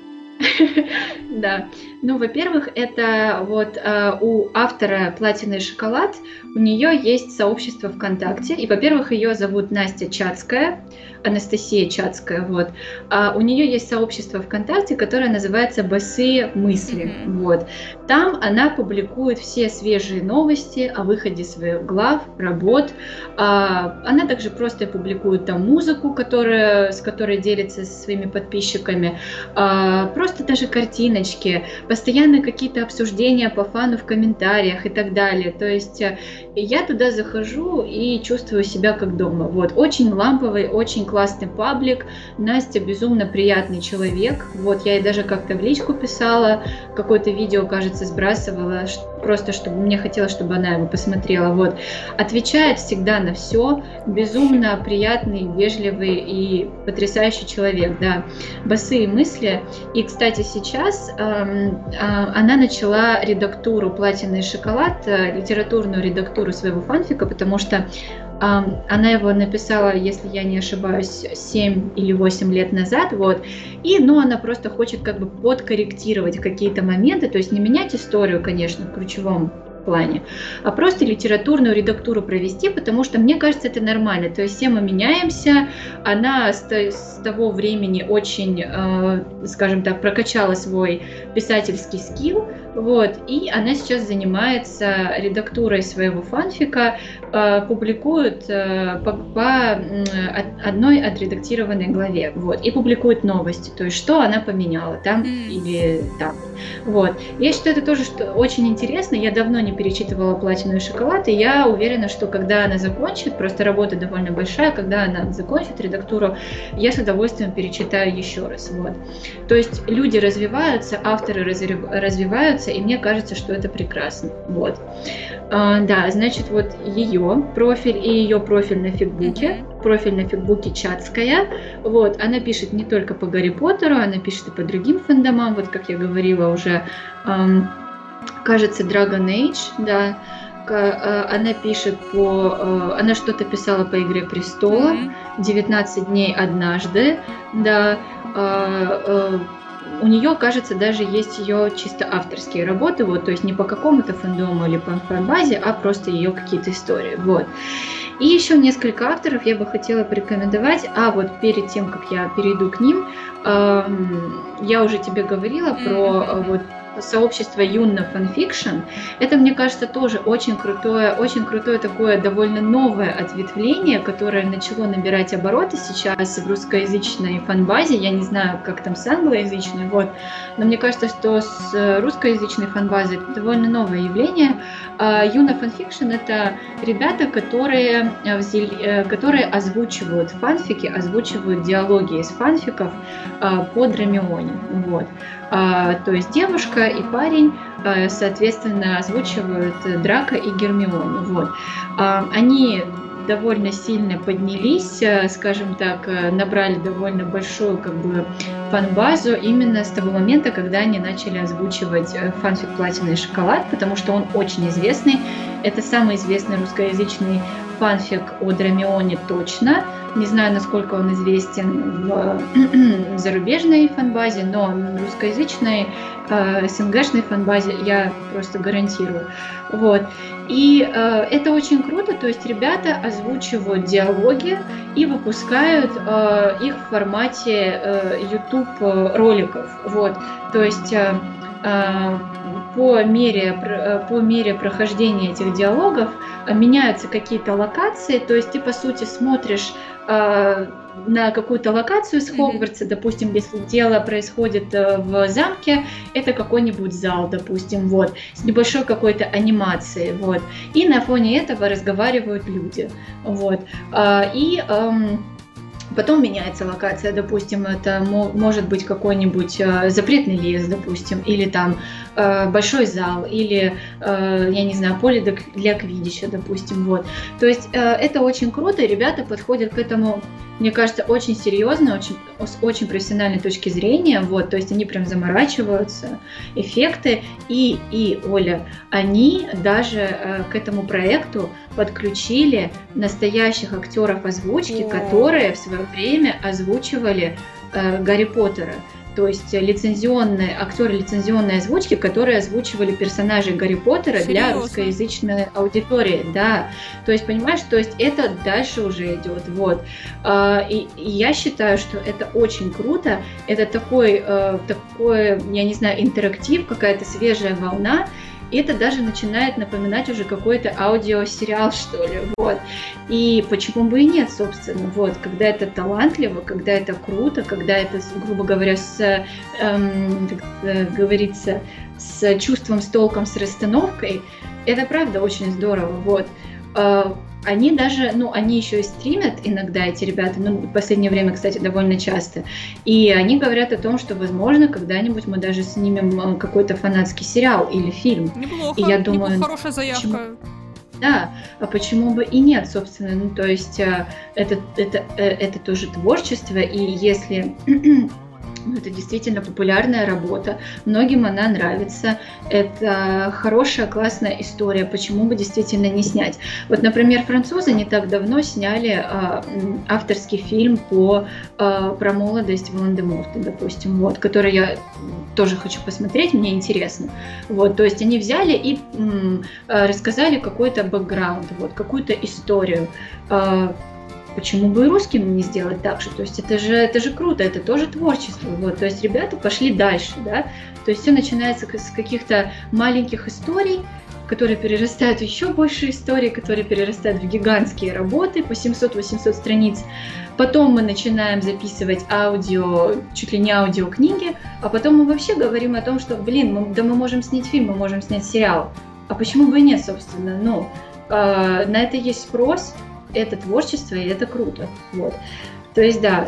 Да, ну, во-первых, это вот э, у автора «Платиновый шоколад», у нее есть сообщество ВКонтакте, и, во-первых, ее зовут Настя Чацкая, Анастасия Чацкая, вот. А у нее есть сообщество ВКонтакте, которое называется «Босые мысли», mm-hmm. вот. Там она публикует все свежие новости о выходе своих глав, работ. А, она также просто публикует там музыку, которая, с которой делится со своими подписчиками, а, просто даже картиночки, постоянно какие-то обсуждения по фану в комментариях и так далее. То есть я туда захожу и чувствую себя как дома. Вот. Очень ламповый, очень классный паблик. Настя безумно приятный человек. Вот, я ей даже как-то в личку писала, какое-то видео, кажется, сбрасывала, просто чтобы мне хотелось, чтобы она его посмотрела. Вот. Отвечает всегда на все. Безумно приятный, вежливый и потрясающий человек. Да. Босые мысли. И, кстати, сейчас эм, э, она начала редактуру «Платиновый шоколад», э, литературную редактуру своего фанфика, потому что она его написала, если я не ошибаюсь, семь или восемь лет назад, вот, и, ну, она просто хочет как бы подкорректировать какие-то моменты, то есть не менять историю, конечно, в ключевом плане, а просто литературную редактуру провести, потому что, мне кажется, это нормально, то есть все мы меняемся, она с, с того времени очень, э, скажем так, прокачала свой писательский скилл, вот, и она сейчас занимается редактурой своего фанфика, э, публикует э, по, по э, одной отредактированной главе, вот, и публикует новости, то есть что она поменяла там mm. или там, вот. Я считаю, это тоже что, очень интересно, я давно не перечитывала «Платиновый шоколад», и я уверена, что когда она закончит, просто работа довольно большая, когда она закончит редактуру, я с удовольствием перечитаю еще раз, вот. То есть люди развиваются, авторы развиваются, и мне кажется, что это прекрасно. Вот. А, да, значит, вот ее профиль и ее профиль на фигбуке, mm-hmm. профиль на фигбуке Чацкая, вот, она пишет не только по Гарри Поттеру, она пишет и по другим фандомам, вот, как я говорила уже, эм, кажется, Dragon Age, да, она пишет по, она что-то писала по «Игре престолов», девятнадцать дней однажды, да, у нее, кажется, даже есть ее чисто авторские работы, вот, то есть не по какому-то фандому или по фанбазе, а просто ее какие-то истории, вот. И еще несколько авторов я бы хотела порекомендовать, а вот перед тем, как я перейду к ним, эм, я уже тебе говорила про вот сообщество Юнна Фанфикшн. Это, мне кажется, тоже очень крутое, очень крутое такое довольно новое ответвление, которое начало набирать обороты сейчас в русскоязычной фанбазе. Я не знаю, как там с англоязычной, вот. Но мне кажется, что с русскоязычной фанбазой это довольно новое явление. Юнна Фанфикшн — это ребята, которые, взяли, которые озвучивают фанфики, озвучивают диалоги из фанфиков по Драмионе. Вот. То есть девушка и парень, соответственно, озвучивают Драко и Гермиону. Вот. Они довольно сильно поднялись, скажем так, набрали довольно большую как бы фан-базу именно с того момента, когда они начали озвучивать фанфик «Платиновый шоколад», потому что он очень известный. Это самый известный русскоязычный фанфик о Драмионе точно. Не знаю, насколько он известен в зарубежной фанбазе, но в русскоязычной э, СНГшной фанбазе я просто гарантирую. Вот. И э, это очень круто, то есть ребята озвучивают диалоги и выпускают э, их в формате э, YouTube роликов. Вот. То есть э, э, по мере, по мере прохождения этих диалогов меняются какие-то локации, то есть ты, по сути, смотришь на какую-то локацию с Хогвартса, mm-hmm. допустим, если дело происходит в замке, это какой-нибудь зал, допустим, вот, с небольшой какой-то анимацией, вот, и на фоне этого разговаривают люди, вот, и потом меняется локация, допустим, это может быть какой-нибудь э, запретный лес, допустим, или там э, большой зал, или, э, я не знаю, поле для квиддича, допустим, вот. То есть э, это очень круто, и ребята подходят к этому, мне кажется, очень серьезно, очень, с очень профессиональной точки зрения, вот, то есть они прям заморачиваются, эффекты, и, и Оля, они даже э, к этому проекту подключили настоящих актеров озвучки, yeah. которые в свое время озвучивали э, Гарри Поттера. То есть лицензионные, актеры лицензионной озвучки, которые озвучивали персонажей Гарри Поттера Серьезно? Для русскоязычной аудитории. Да. То есть, понимаешь, то есть это дальше уже идет. Вот. И, и я считаю, что это очень круто. Это такой, такой, я не знаю, интерактив, какая-то свежая волна. И это даже начинает напоминать уже какой-то аудиосериал, что ли, вот. И почему бы и нет, собственно, вот, когда это талантливо, когда это круто, когда это, грубо говоря, с, эм, как говорится, с чувством, с толком, с расстановкой, это правда очень здорово, вот. Они даже, ну, они еще и стримят иногда, эти ребята, ну, в последнее время, кстати, довольно часто, и они говорят о том, что, возможно, когда-нибудь мы даже снимем какой-то фанатский сериал или фильм. Неплохо, и я думаю, неплохо, хорошая заявка. Почему? Да, а почему бы и нет, собственно, ну, то есть это, это, это тоже творчество, и если... Это действительно популярная работа, многим она нравится, это хорошая, классная история, почему бы действительно не снять. Вот, например, французы не так давно сняли а, авторский фильм по, а, про молодость Волан-де-Морта, допустим, вот, который я тоже хочу посмотреть, мне интересно. Вот, то есть они взяли и м, рассказали какой-то бэкграунд, вот, какую-то историю. А, Почему бы и русским не сделать так же? То есть это же, это же круто, это тоже творчество. Вот. То есть ребята пошли дальше, да? То есть все начинается с каких-то маленьких историй, которые перерастают в еще больше историй, которые перерастают в гигантские работы по семьсот-восемьсот страниц. Потом мы начинаем записывать аудио, чуть ли не аудиокниги, а потом мы вообще говорим о том, что, блин, мы, да мы можем снять фильм, мы можем снять сериал. А почему бы и нет, собственно? Ну, э, на это есть спрос. Это творчество, и это круто. Вот. То есть, да,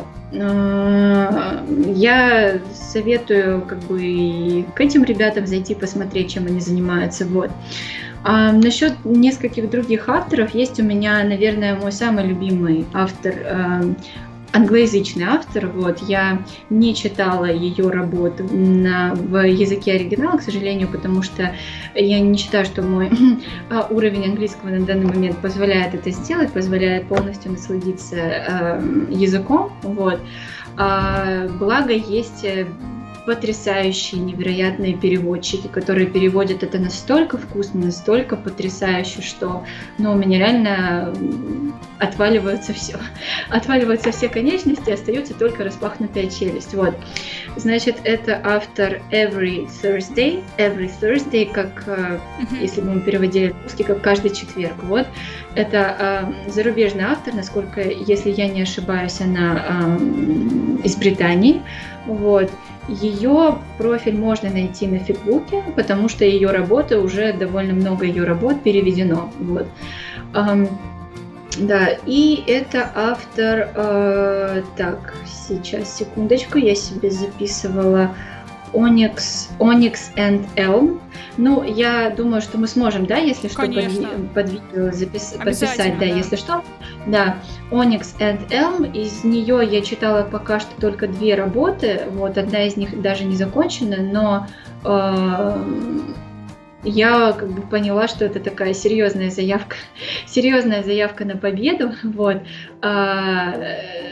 я советую как бы к этим ребятам зайти посмотреть, чем они занимаются. Вот. А насчет нескольких других авторов, есть у меня, наверное, мой самый любимый автор, англоязычный автор. Вот. Я не читала ее работу на, в языке оригинала, к сожалению, потому что я не считаю, что мой уровень английского на данный момент позволяет это сделать, позволяет полностью насладиться э, языком. Вот. А, благо есть потрясающие, невероятные переводчики, которые переводят это настолько вкусно, настолько потрясающе, что, ну, у меня реально отваливаются все. Отваливаются все конечности, остается только распахнутая челюсть. Вот. Значит, это автор Every Thursday. Every Thursday, как, uh-huh. если бы мы переводили русский, как каждый четверг. Вот. Это uh, зарубежный автор, насколько, если я не ошибаюсь, она uh, из Британии. Вот. Ее профиль можно найти на Фикбуке, потому что ее работы, уже довольно много ее работ переведено. Вот. Um, да, и это автор, э, так, сейчас, секундочку, я себе записывала Onyx, Onyx and Elm. Ну, я думаю, что мы сможем, да, если что, под, под видео запис, подписать, да, да, если что. Да, Onyx and Elm, из нее я читала пока что только две работы, вот, одна из них даже не закончена, но... Э, я как бы поняла, что это такая серьезная заявка, серьезная заявка на победу. Вот. А,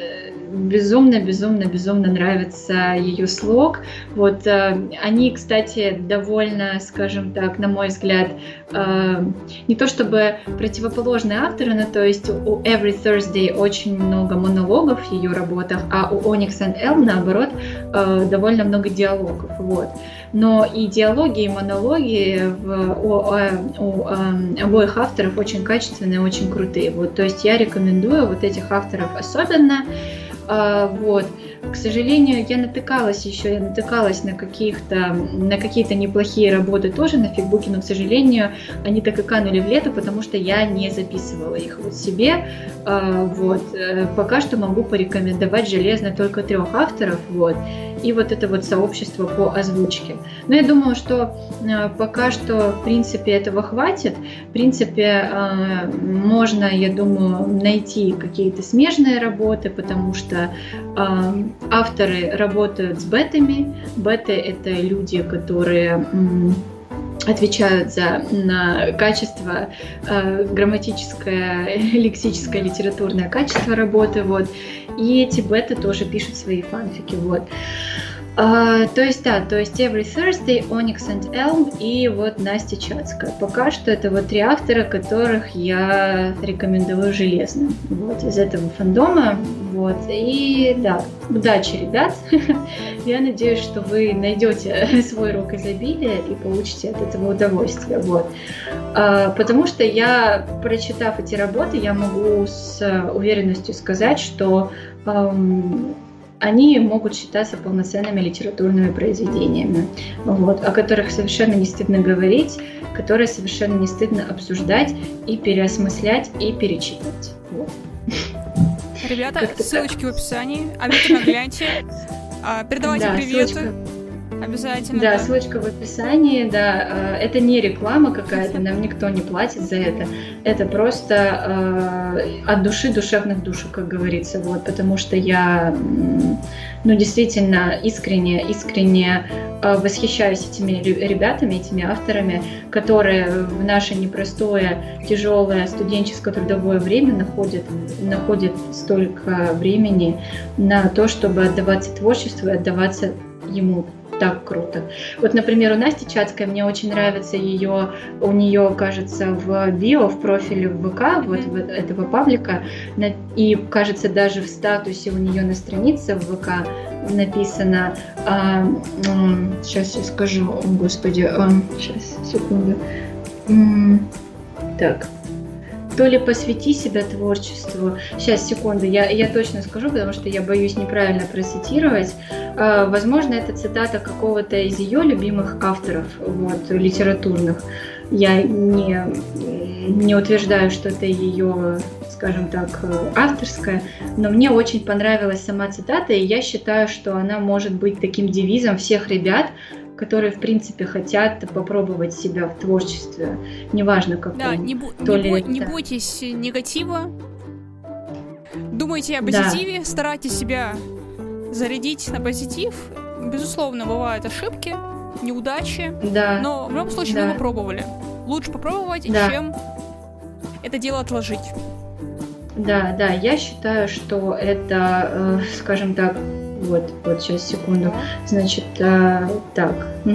безумно, безумно, безумно нравится ее слог. Вот они, кстати, довольно, скажем так, на мой взгляд, не то чтобы противоположные авторы, но то есть у Every Thursday очень много монологов в ее работах, а у Onyx and Elm, наоборот, довольно много диалогов. Вот. Но и диалоги, и монологи в, у, у, у обоих авторов очень качественные, очень крутые. Вот, то есть я рекомендую вот этих авторов особенно. Вот. К сожалению, я натыкалась еще, я натыкалась на каких-то, на какие-то неплохие работы тоже на Фигбуке, но, к сожалению, они так и канули в лето, потому что я не записывала их вот себе. Вот. Пока что могу порекомендовать железно только трех авторов, вот, и вот это вот сообщество по озвучке. Но я думаю, что пока что, в принципе, этого хватит. В принципе, можно, я думаю, найти какие-то смежные работы, потому что авторы работают с бетами. Беты — это люди, которые отвечают за на качество, э, грамматическое, лексическое, литературное качество работы. Вот. И эти беты тоже пишут свои фанфики. Вот. Uh, то есть, да, то есть Every Thursday, Onyx and Elm и вот Настя Чацкая. Пока что это вот три автора, которых я рекомендую железно. Вот, из этого фандома. Вот, и да, удачи, ребят. Я надеюсь, что вы найдете свой рок изобилия и получите от этого удовольствие. Вот. Uh, потому что я, прочитав эти работы, я могу с уверенностью сказать, что um, они могут считаться полноценными литературными произведениями, вот, о которых совершенно не стыдно говорить, которые совершенно не стыдно обсуждать и переосмыслять и перечитывать. Вот. Ребята, как-то ссылочки так в описании, обязательно гляньте, передавайте да, приветы. Ссылочка... Обязательно. Да, да, ссылочка в описании, да. Это не реклама какая-то, нам никто не платит за это. Это просто э, от души душевных душек, как говорится. Вот, потому что я, ну, действительно искренне, искренне э, восхищаюсь этими ребятами, этими авторами, которые в наше непростое, тяжелое студенческое трудовое время находят, находят столько времени на то, чтобы отдаваться творчеству и отдаваться ему. Так круто. Вот, например, у Насти Чацкой мне очень нравится ее, у нее, кажется, в био, в профиле в ВК, вот в этого паблика, и, кажется, даже в статусе у нее на странице в ВК написано, а, а, сейчас я скажу, о, господи, а, сейчас, секунду, так, то ли посвяти себя творчеству. Сейчас, секунду, я, я точно скажу, потому что я боюсь неправильно процитировать. Э, возможно, это цитата какого-то из ее любимых авторов, вот, литературных. Я не, не утверждаю, что это ее, скажем так, авторская, но мне очень понравилась сама цитата, и я считаю, что она может быть таким девизом всех ребят, которые, в принципе, хотят попробовать себя в творчестве, неважно каком. Да, не, бо- не, бо- это... не бойтесь негатива, думайте о позитиве, да. Старайтесь себя зарядить на позитив. Безусловно, бывают ошибки, неудачи, да. Но в любом случае да. Вы попробовали. Лучше попробовать, да. Чем это дело отложить. Да, да, я считаю, что это, э, скажем так, Вот, вот сейчас, секунду. Значит, а, так.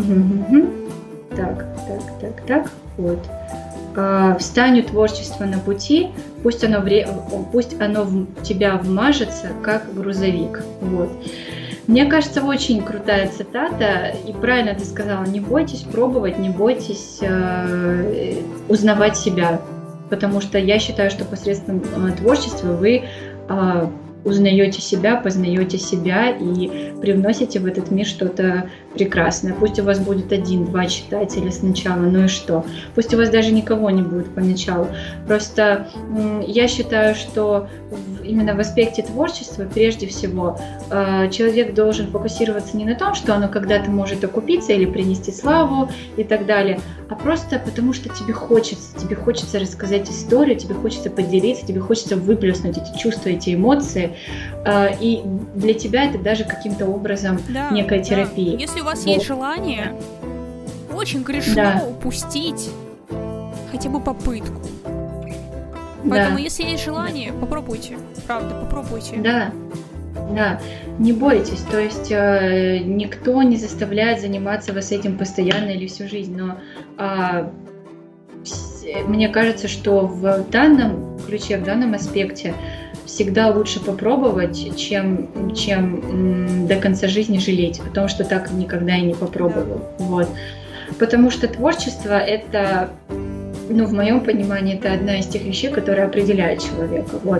Так, так, так, так. Вот. А, встань у творчества на пути, пусть оно, вре... пусть оно в тебя вмажется, как грузовик. Вот. Мне кажется, очень крутая цитата. И правильно ты сказала, не бойтесь пробовать, не бойтесь э, узнавать себя. Потому что я считаю, что посредством э, творчества вы э, узнаете себя, познаете себя и привносите в этот мир что-то прекрасное. Пусть у вас будет один-два читателя сначала, ну и что? Пусть у вас даже никого не будет поначалу. Просто я считаю, что именно в аспекте творчества прежде всего человек должен фокусироваться не на том, что оно когда-то может окупиться или принести славу и так далее, а просто потому, что тебе хочется, тебе хочется рассказать историю, тебе хочется поделиться, тебе хочется выплеснуть эти чувства, эти эмоции, и для тебя это даже каким-то образом да, некая терапия. Да. Если у вас вот. Есть желание, очень грешно да. упустить хотя бы попытку. Поэтому, да. если есть желание, попробуйте. Правда, попробуйте. Да. Да, не бойтесь, то есть э, никто не заставляет заниматься вас этим постоянно или всю жизнь, но э, мне кажется, что в данном ключе, в данном аспекте всегда лучше попробовать, чем, чем м, до конца жизни жалеть о том, что так никогда и не попробовал. Вот. Потому что творчество — это, ну, в моем понимании, это одна из тех вещей, которые определяют человека. Вот.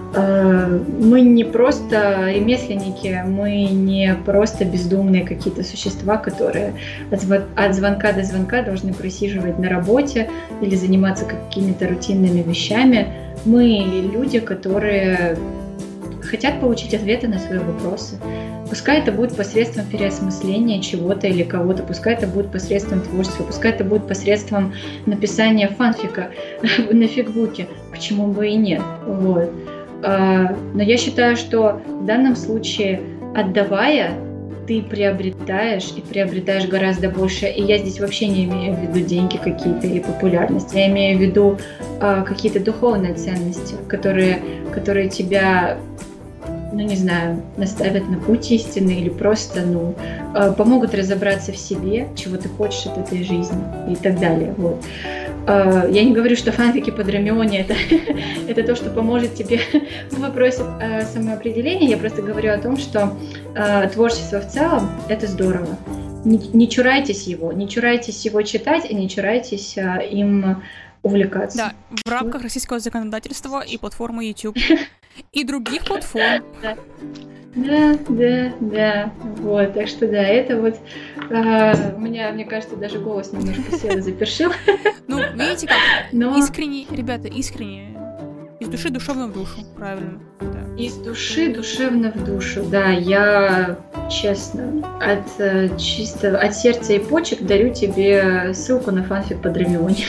Мы не просто ремесленники, мы не просто бездумные какие-то существа, которые от звонка до звонка должны просиживать на работе или заниматься какими-то рутинными вещами. Мы люди, которые хотят получить ответы на свои вопросы. Пускай это будет посредством переосмысления чего-то или кого-то, пускай это будет посредством творчества, пускай это будет посредством написания фанфика на фигбуке. Почему бы и нет? Вот. Но я считаю, что в данном случае, отдавая, ты приобретаешь и приобретаешь гораздо больше. И я здесь вообще не имею в виду деньги какие-то или популярность. Я имею в виду э, какие-то духовные ценности, которые, которые тебя, ну не знаю, наставят на путь истины или просто, ну, э, помогут разобраться в себе, чего ты хочешь от этой жизни и так далее. Вот. Я не говорю, что фанфики по Драмионе это, это то, что поможет тебе в вопросе э, самоопределения. Я просто говорю о том, что э, творчество в целом — это здорово. Не, не чурайтесь его, не чурайтесь его читать и не чурайтесь э, им увлекаться. Да, в рамках российского законодательства и платформы YouTube. И других платформ. Да. Да, да, да, вот, так что да, это вот, э, у меня, мне кажется, даже голос немножко сел и запершил. Ну, видите как, Но... искренне, ребята, искренне, из души душевно в душу, правильно. Да. Из души душевно в душу, да, я, честно, от, чисто, от сердца и почек дарю тебе ссылку на фанфик по Драмионе.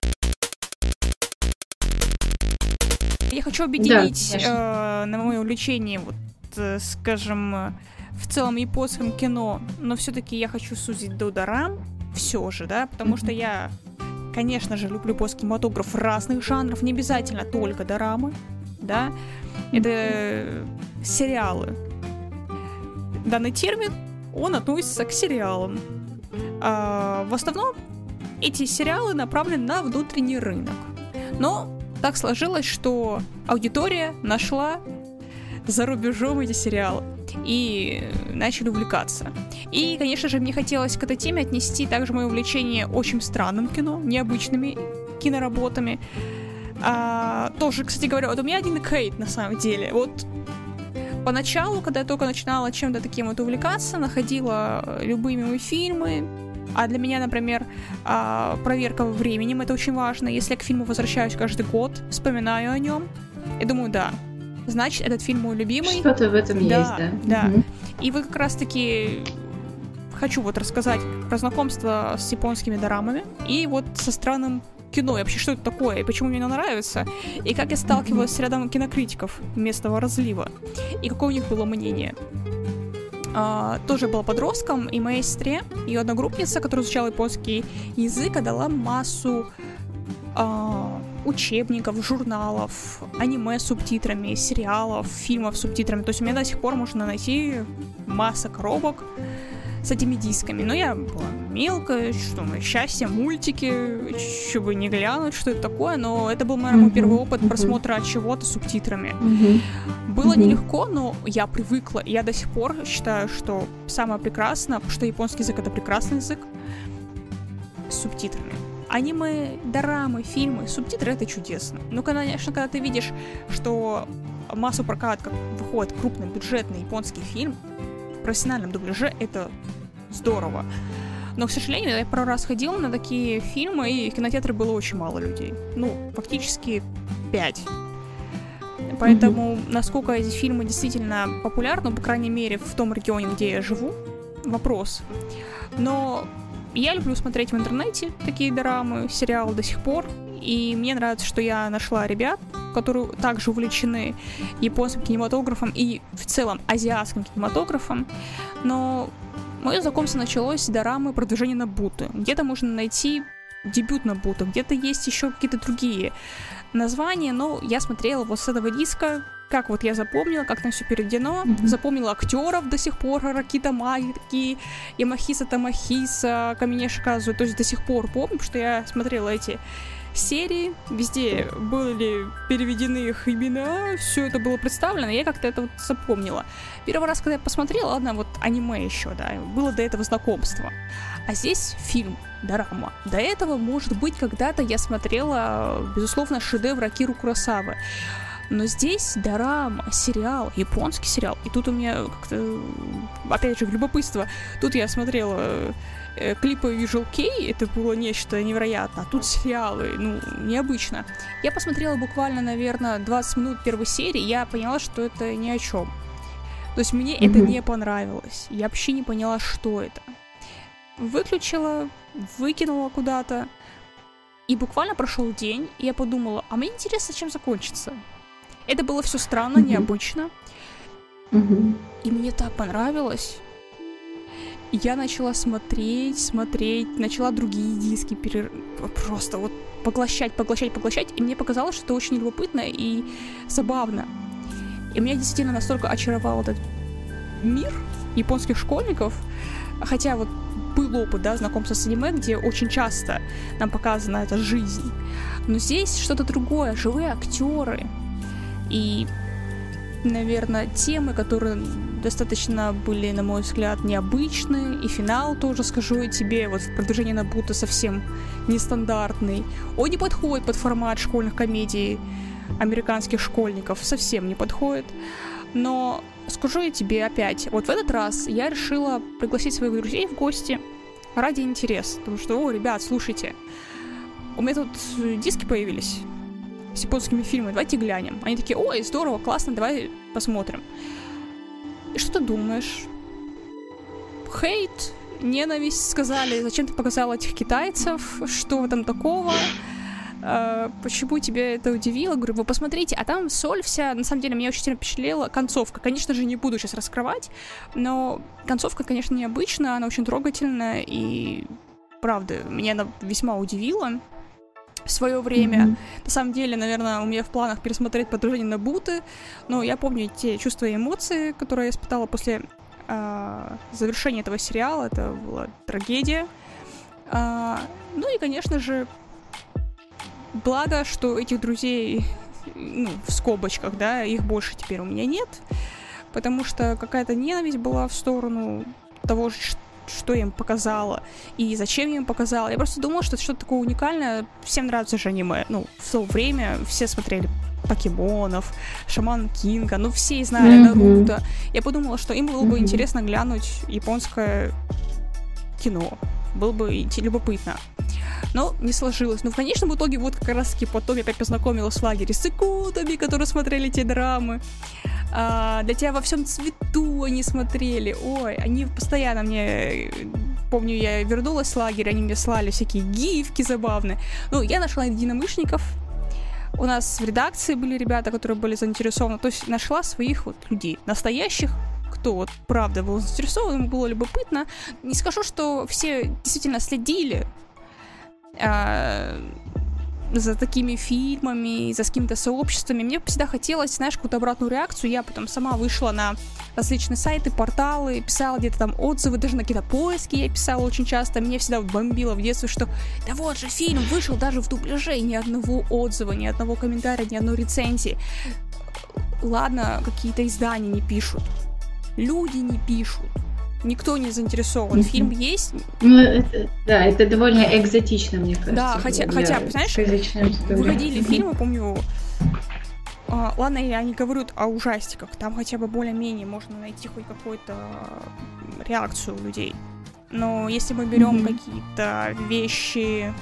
Я хочу объединить да, э, на мое увлечение вот, скажем, в целом японском кино, но все-таки я хочу сузить до дорам, все же, да, потому mm-hmm. что я, конечно же, люблю японский кинематограф разных жанров, не обязательно только дорамы, да, mm-hmm. это сериалы. Данный термин, он относится к сериалам. А, в основном эти сериалы направлены на внутренний рынок, но так сложилось, что аудитория нашла за рубежом эти сериалы и начали увлекаться. И, конечно же, мне хотелось к этой теме отнести также мое увлечение очень странным кино, необычными киноработами. А, тоже, кстати говоря, вот у меня один хейт на самом деле. Вот поначалу, когда я только начинала чем-то таким вот увлекаться, находила любые фильмы. А для меня, например, проверка временем, это очень важно. Если я к фильму возвращаюсь каждый год, вспоминаю о нем и думаю, да, значит, этот фильм мой любимый. Что-то в этом да, есть, да. Да. Угу. И вот как раз-таки хочу вот рассказать про знакомство с японскими дорамами и вот со странным кино, и вообще, что это такое, и почему мне оно нравится, и как я сталкивалась с рядом кинокритиков местного разлива, и какое у них было мнение. А, тоже была подростком, и моей сестре, ее одногруппница, которая изучала японский язык, дала массу а, учебников, журналов, аниме с субтитрами, сериалов, фильмов с субтитрами. То есть у меня до сих пор можно найти масса коробок с этими дисками. Но я была мелкая, что мы счастье, мультики, чтобы не глянуть, что это такое. Но это был, наверное, мой uh-huh, первый опыт uh-huh. просмотра чего-то с субтитрами. Uh-huh. Было uh-huh. нелегко, но я привыкла. И я до сих пор считаю, что самое прекрасное, что японский язык — это прекрасный язык с субтитрами. Аниме, дорамы, фильмы, субтитры — это чудесно. Ну, конечно, когда ты видишь, что массу прокат, как выходит крупный бюджетный японский фильм в профессиональном дубляже, это здорово. Но, к сожалению, я пару раз ходила на такие фильмы, и в кинотеатре было очень мало людей. Ну, фактически пять. Поэтому, mm-hmm. насколько эти фильмы действительно популярны, по крайней мере, в том регионе, где я живу, вопрос. Но я люблю смотреть в интернете такие дорамы, сериалы до сих пор, и мне нравится, что я нашла ребят, которые также увлечены японским кинематографом и в целом азиатским кинематографом, но мое знакомство началось с дорамы продвижения Набуто. Где-то можно найти дебют Набуто, где-то есть еще какие-то другие названия, но я смотрела вот с этого диска как вот я запомнила, как там все переведено, mm-hmm. запомнила актеров до сих пор, Ракита Маги, Ямахиса Тамахиса, Каминеши Казу, то есть до сих пор помню, что я смотрела эти серии, везде были переведены их имена, все это было представлено, я как-то это вот запомнила. Первый раз, когда я посмотрела, ладно, вот аниме еще, да, было до этого знакомство. А здесь фильм, дорама. До этого, может быть, когда-то я смотрела, безусловно, шедевр Акиры Куросавы. Но здесь дорама, сериал, японский сериал. И тут у меня как-то, опять же, любопытство. Тут я смотрела э, клипы Visual Kei, это было нечто невероятное. А тут сериалы, ну, необычно. Я посмотрела буквально, наверное, двадцать минут первой серии, я поняла, что это ни о чем. То есть мне mm-hmm. это не понравилось. Я вообще не поняла, что это. Выключила, выкинула куда-то. И буквально прошел день, и я подумала, а мне интересно, чем закончится. Это было все странно, mm-hmm. необычно. Mm-hmm. И мне так понравилось. Я начала смотреть, смотреть, начала другие диски перер... просто вот поглощать, поглощать, поглощать. И мне показалось, что это очень любопытно и забавно. И меня действительно настолько очаровал этот мир японских школьников. Хотя вот был опыт, да, знакомства с аниме, где очень часто нам показана эта жизнь. Но здесь что-то другое, живые актеры. И, наверное, темы, которые достаточно были, на мой взгляд, необычные. И финал тоже, скажу я тебе, вот в продолжении Набуто совсем нестандартный. Он не подходит под формат школьных комедий американских школьников, совсем не подходит. Но скажу я тебе опять, вот в этот раз я решила пригласить своих друзей в гости ради интереса. Потому что, о, ребят, слушайте, у меня тут диски появились с японскими фильмами, давайте глянем. Они такие, ой, здорово, классно, давай посмотрим. И что ты думаешь? Хейт, ненависть сказали, зачем ты показала этих китайцев, что там такого? Uh, почему тебя это удивило? Говорю, вы посмотрите, а там соль вся, на самом деле, меня очень сильно впечатлила концовка. Конечно же, не буду сейчас раскрывать, но концовка, конечно, необычная, она очень трогательная, и, правда, меня она весьма удивила в свое время. Mm-hmm. На самом деле, наверное, у меня в планах пересмотреть «Продолжение Набуто», но я помню те чувства и эмоции, которые я испытала после uh, завершения этого сериала, это была трагедия. Uh, ну и, конечно же, благо, что этих друзей, ну, в скобочках, да, их больше теперь у меня нет, потому что какая-то ненависть была в сторону того, что я им показала и зачем я им показала. Я просто думала, что это что-то такое уникальное. Всем нравится же аниме. Ну, в то время все смотрели Покемонов, Шаман Кинга, ну, все знали mm-hmm. Наруто. Я подумала, что им было бы mm-hmm. интересно глянуть японское кино. Было бы любопытно. Но не сложилось. Но в конечном итоге вот как раз-таки потом я опять познакомилась в лагере с икутами, которые смотрели те драмы. А, для тебя во всем цвету они смотрели. Ой, они постоянно мне... Помню, я вернулась с лагеря, они мне слали всякие гифки забавные. Ну, я нашла единомышленников. У нас в редакции были ребята, которые были заинтересованы. То есть нашла своих вот людей, настоящих, кто вот правда был заинтересован, ему было любопытно. Не скажу, что все действительно следили а, за такими фильмами, за какими-то сообществами. Мне всегда хотелось, знаешь, какую-то обратную реакцию. Я потом сама вышла на различные сайты, порталы, писала где-то там отзывы, даже на Кинопоиске я писала очень часто. Меня всегда бомбило в детстве, что да вот же фильм вышел даже в дубляже, ни одного отзыва, ни одного комментария, ни одной рецензии. Ладно, какие-то издания не пишут, люди не пишут, никто не заинтересован. Mm-hmm. Фильм есть. Ну, это, да, это довольно экзотично, мне кажется. Да, хотя, хотя знаешь, выходили фильмы, помню. А, ладно, я не говорю о ужастиках, там хотя бы более-менее можно найти хоть какую-то реакцию у людей. Но если мы берем mm-hmm. какие-то вещи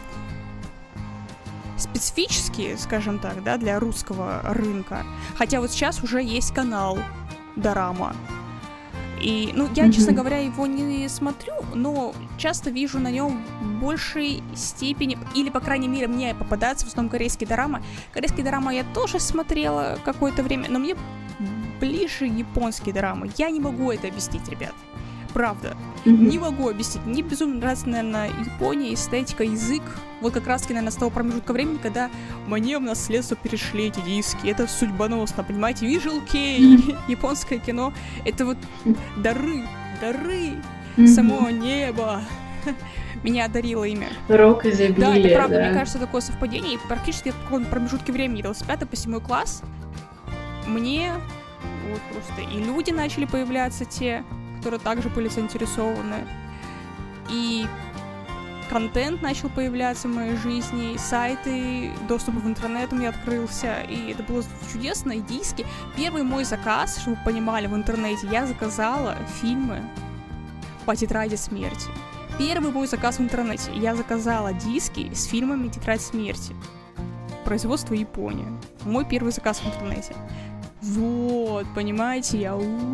специфические, скажем так, да, для русского рынка, хотя вот сейчас уже есть канал Дорама. И, ну, я, mm-hmm. честно говоря, его не смотрю, но часто вижу на нем в большей степени, или, по крайней мере, мне попадаются в основном корейские дорамы. Корейские дорамы я тоже смотрела какое-то время, но мне ближе японские дорамы. Я не могу это объяснить, ребят. правда. Mm-hmm. Не могу объяснить. Мне безумно нравится, наверное, Япония, эстетика, язык. Вот как раз-таки, наверное, с того промежутка времени, когда мне в наследство перешли эти диски. Это судьбоносно, понимаете? Visual Kei, mm-hmm. японское кино. Это вот дары, дары mm-hmm. самого неба. Меня одарило имя. Рок изобилия, да. это правда, да. Мне кажется, такое совпадение. И практически в каком промежутке времени, это с пятого по седьмой класс, мне вот просто и люди начали появляться те, которые также были заинтересованы, и контент начал появляться в моей жизни, и сайты, доступ в интернет у меня открылся, и это было чудесно, и диски. Первый мой заказ, чтобы вы понимали, в интернете, я заказала фильмы по «Тетради смерти». Первый мой заказ в интернете. Я заказала диски с фильмами «Тетрадь смерти». Производство Япония. Мой первый заказ в интернете. Вот, понимаете, я...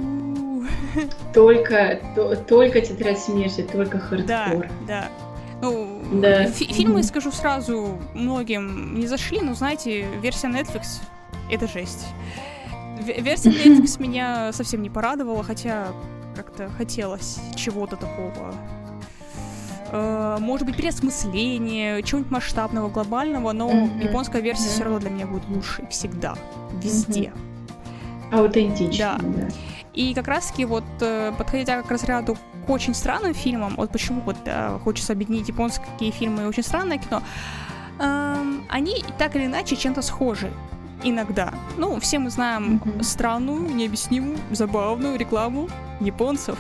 Только, то, только «Тетрадь смерти», только хардкор. Да, да. Ну, да. Фи- фильмы, скажу сразу, многим не зашли, но, знаете, версия Netflix — это жесть. В- версия Netflix меня совсем не порадовала, хотя как-то хотелось чего-то такого... Может быть, переосмысление, чего-нибудь масштабного, глобального, но mm-hmm. японская версия mm-hmm. все равно для меня будет лучше всегда, везде. Mm-hmm. Аутентично, да. да. И как раз-таки вот, подходя к разряду к очень странным фильмам, вот почему вот да, хочется объединить японские фильмы и очень странное кино, эм, они так или иначе чем-то схожи. Иногда. Ну, все мы знаем mm-hmm. странную, необъяснимую, забавную рекламу японцев.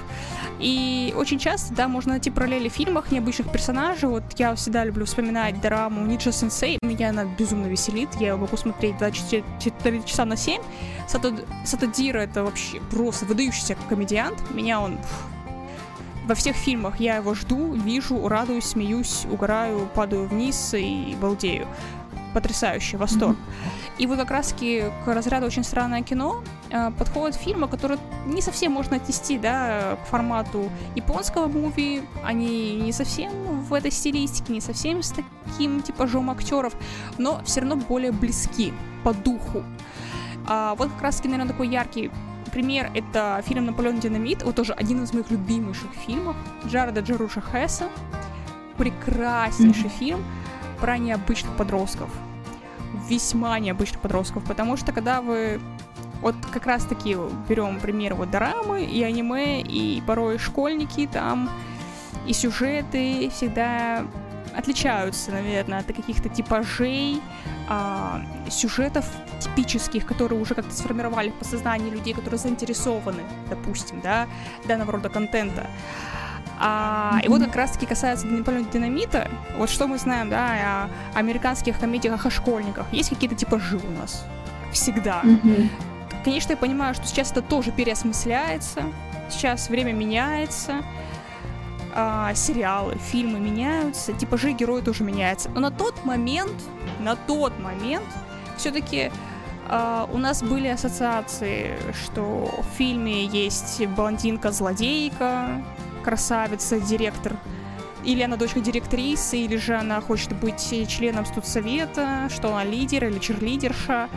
И очень часто, да, можно найти параллели в фильмах необычных персонажей. Вот я всегда люблю вспоминать дораму Ninja Sensei. Меня она безумно веселит. Я ее могу смотреть двадцать четыре часа на семь. Сато... Сатодира — это вообще просто выдающийся комедиант. Меня он... Во всех фильмах я его жду, вижу, радуюсь, смеюсь, угораю, падаю вниз и балдею. Потрясающий восторг. Mm-hmm. И вот как раз-таки к разряду «Очень странное кино» э, подходят фильмы, которые не совсем можно отнести, да, к формату японского муви. Они не совсем в этой стилистике, не совсем с таким типажом актеров, но все равно более близки по духу. А вот как раз-таки, наверное, такой яркий пример — это фильм «Наполеон Динамит». Вот тоже один из моих любимейших фильмов Джареда Джаруша Хесса. Прекраснейший mm-hmm. фильм про необычных подростков. Весьма необычных подростков, потому что когда вы вот как раз-таки берем пример вот дорамы и аниме, и порой школьники там, и сюжеты всегда отличаются, наверное, от каких-то типажей, а, сюжетов типических, которые уже как-то сформировали в подсознании людей, которые заинтересованы, допустим, да, данного рода контента. А, mm-hmm. И вот как раз-таки касается «Наполеона Динамита», вот что мы знаем, да, о американских комедиях о школьниках. Есть какие-то типажи у нас. Всегда. Mm-hmm. Конечно, я понимаю, что сейчас это тоже переосмысляется. Сейчас время меняется. А, сериалы, фильмы меняются. Типажи героев тоже меняются. Но на тот момент, на тот момент все-таки а, у нас были ассоциации, что в фильме есть блондинка-злодейка, красавица, директор, или она дочка директрисы, или же она хочет быть членом студсовета, что она лидер или черлидерша.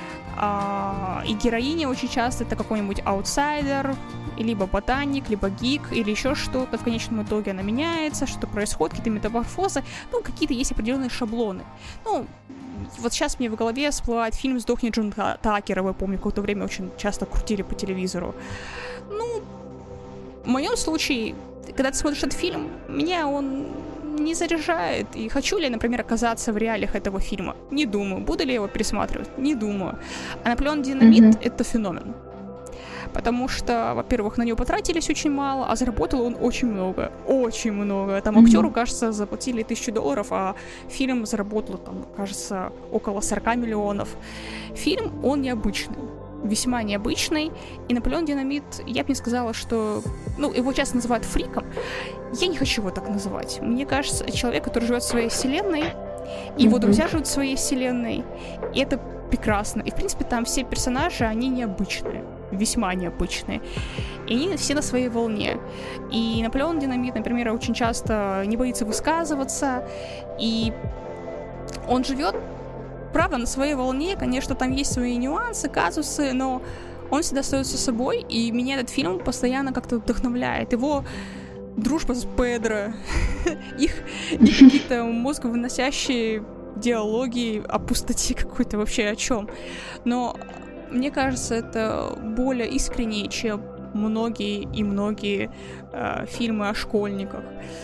А, и героиня очень часто это какой-нибудь аутсайдер, либо ботаник, либо гик, или еще что-то. В конечном итоге она меняется, что-то происходит, какие-то метаморфозы. Ну, какие-то есть определенные шаблоны. Ну, вот сейчас мне в голове всплывает фильм «Сдохни, Джон Такер», его, я помню, какое-то время очень часто крутили по телевизору. Ну, в моем случае, когда ты смотришь этот фильм, меня он не заряжает. И хочу ли я, например, оказаться в реалиях этого фильма? Не думаю. Буду ли я его пересматривать? Не думаю. А «Наполеон Динамит» mm-hmm. — это феномен. Потому что, во-первых, на него потратились очень мало, а заработал он очень много. Очень много. Там mm-hmm. актеру, кажется, заплатили тысячу долларов, а фильм заработал, там, кажется, около сорок миллионов. Фильм, он необычный. Весьма необычный, и «Наполеон Динамит», я бы не сказала, что... Ну, его часто называют фриком. Я не хочу его так называть. Мне кажется, человек, который живет в своей вселенной, и его друзья живут в своей вселенной, и это прекрасно. И, в принципе, там все персонажи, они необычные, весьма необычные. И они все на своей волне. И «Наполеон Динамит», например, очень часто не боится высказываться, и он живет, правда, на своей волне. Конечно, там есть свои нюансы, казусы, но он всегда остается собой, и меня этот фильм постоянно как-то вдохновляет. Его дружба с Педро, их какие-то мозговыносящие диалоги о пустоте какой-то, вообще о чем. Но мне кажется, это более искреннее, чем многие и многие э, фильмы о школьниках,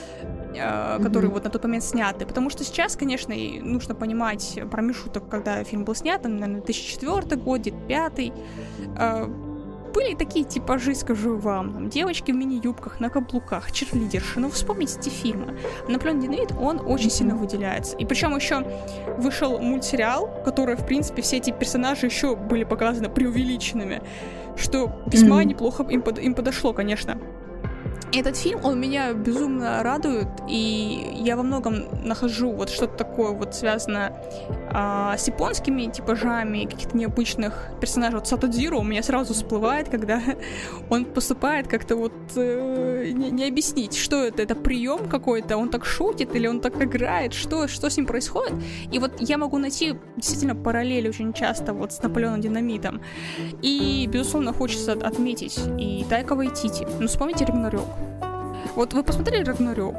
э, которые mm-hmm. вот на тот момент сняты. Потому что сейчас, конечно, нужно понимать промежуток, когда фильм был снят, там, наверное, две тысячи четвёртый год, две тысячи пятый. Э, были такие типажи, скажу вам, там, девочки в мини-юбках, на каблуках, черлидерши. Ну, вспомните эти фильмы. Наполеон Динамит, он очень сильно выделяется. И причем еще вышел мультсериал, в который, в принципе, все эти персонажи еще были показаны преувеличенными, что весьма mm-hmm. неплохо им, под, им подошло, конечно. Этот фильм, он меня безумно радует, и я во многом нахожу вот что-то такое вот связано а, с японскими типажами, каких-то необычных персонажей. Вот Сатодзиро у меня сразу всплывает, когда он поступает как-то вот э, не, не объяснить, что это, это прием какой-то, он так шутит или он так играет, что, что с ним происходит. И вот я могу найти действительно параллели очень часто вот с Наполеоном Динамитом. И, безусловно, хочется отметить и Тайка Вайтити. Ну, вспомните Рагнарёк. Вот вы посмотрели Рагнарёк?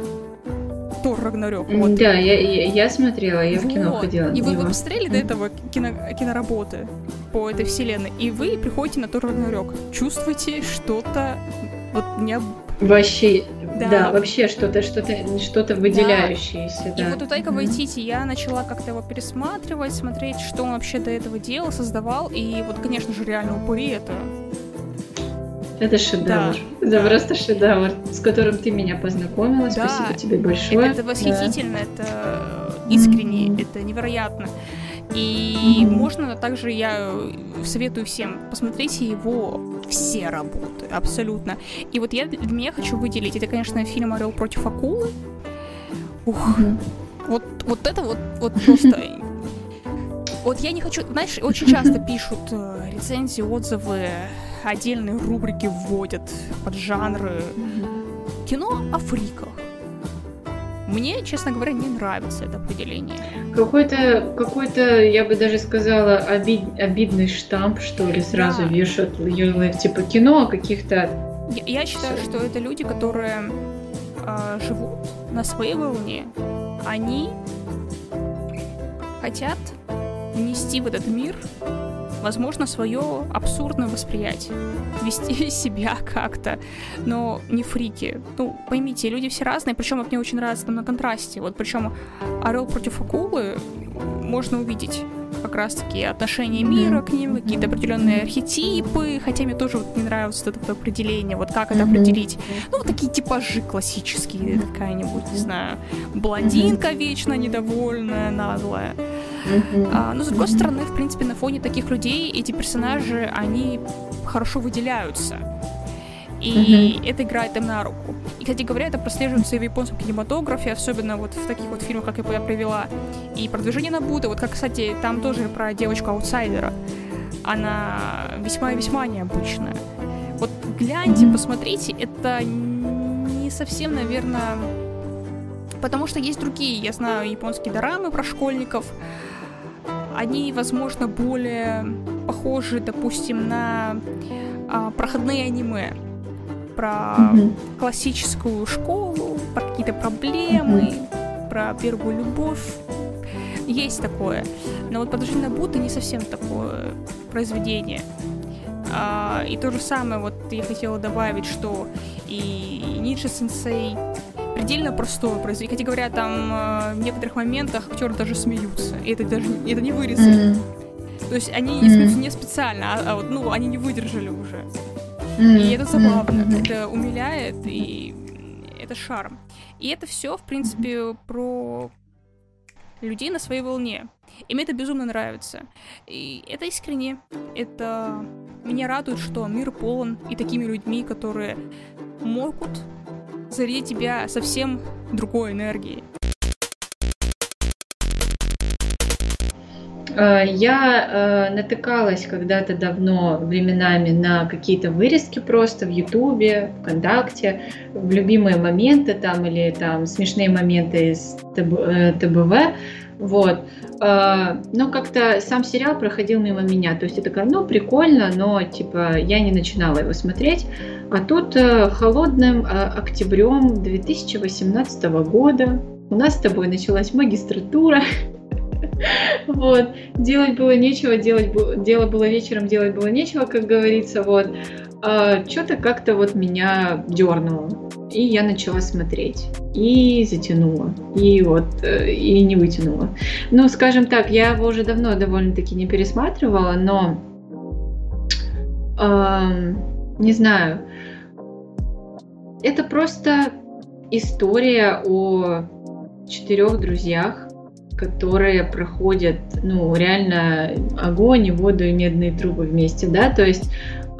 Тор Рагнарёк. Вот. Да, я, я, я смотрела, я вот. в кино ходила. И вы, вы посмотрели до этого кино, киноработы по этой вселенной, и вы приходите на Тор Рагнарёк. Чувствуете что-то вот не... Вообще, да, да вообще что-то, что-то, что-то выделяющееся. Да. Да. И вот у Тайка Вайтити я начала как-то его пересматривать, смотреть, что он вообще до этого делал, создавал, и вот, конечно же, реально «Упыри» — это... Это шедевр. Да, это да. просто шедевр, с которым ты меня познакомила. Да. Спасибо тебе большое. Это, это восхитительно, да. это искренне, mm-hmm. это невероятно. И mm-hmm. можно также, я советую всем, посмотрите его все работы, абсолютно. И вот я для меня хочу выделить, это, конечно, фильм «Орел против акулы». Ух, mm-hmm. вот, вот это вот, вот просто... Вот я не хочу... Знаешь, очень часто пишут рецензии, отзывы, отдельные рубрики вводят под жанры кино о фриках. Мне, честно говоря, не нравится это определение. Какой-то, какой-то, я бы даже сказала, обид, обидный штамп, что ли, сразу да. вешают, типа кино о каких-то... Я, я считаю, что это люди, которые э, живут на своей волне. Они хотят внести в этот мир, возможно, свое абсурдное восприятие, вести себя как-то, но не фрики. Ну, поймите, люди все разные, причем мне очень нравится там на контрасте. Вот причем «Орел против акулы» можно увидеть как раз-таки отношение мира к ним, какие-то определенные архетипы, хотя мне тоже вот не нравится это, это определение, вот как это определить. Ну, вот такие типажи классические, какая-нибудь, не знаю, блондинка вечно недовольная, наглая. А, но, с другой стороны, в принципе, на фоне таких людей эти персонажи, они хорошо выделяются. И uh-huh. это играет им на руку. И, кстати говоря, это прослеживается и в японском кинематографе, особенно вот в таких вот фильмах, как я привела, и «Продвижение Набуто». Вот как, кстати, там тоже про девочку-аутсайдера. Она весьма и весьма необычная. Вот гляньте, uh-huh. посмотрите, это не совсем, наверное... Потому что есть другие, я знаю, японские дорамы про школьников. Они, возможно, более похожи, допустим, на а, проходные аниме. Про mm-hmm. классическую школу, про какие-то проблемы, mm-hmm. про первую любовь. Есть такое. Но вот «Продвижение Набуто» не совсем такое произведение. А, и то же самое, вот я хотела добавить, что и Ниндзя-сенсей предельно простое произведение. Хотя говоря, там э, в некоторых моментах актеры даже смеются. И это даже это не вырезали. Mm-hmm. То есть они не смеются не специально, а, а вот, ну, они не выдержали уже. Mm-hmm. И это забавно, mm-hmm. это умиляет, и это шарм. И это все, в принципе, про людей на своей волне. И мне это безумно нравится. И это искренне. Это меня радует, что мир полон и такими людьми, которые могут зарядить тебя совсем другой энергией. Я э, натыкалась когда-то давно временами на какие-то вырезки просто в Ютубе, ВКонтакте, в любимые моменты там или там смешные моменты из ТБ, ТБВ. Вот. А, но как-то сам сериал проходил мимо меня. То есть я такая, ну, прикольно, но, типа, я не начинала его смотреть. А тут э, холодным э, октябрем две тысячи восемнадцатого года у нас с тобой началась магистратура. Вот. Делать было нечего, делать было, дело было вечером, делать было нечего, как говорится. Вот. А, что-то как-то вот меня дернуло. И я начала смотреть. И затянула. И вот, э, и не вытянула. Ну, скажем так, я его уже давно довольно-таки не пересматривала, но э, не знаю. Это просто история о четырех друзьях, которые проходят, ну, реально огонь, и воду, и медные трубы вместе, да, то есть,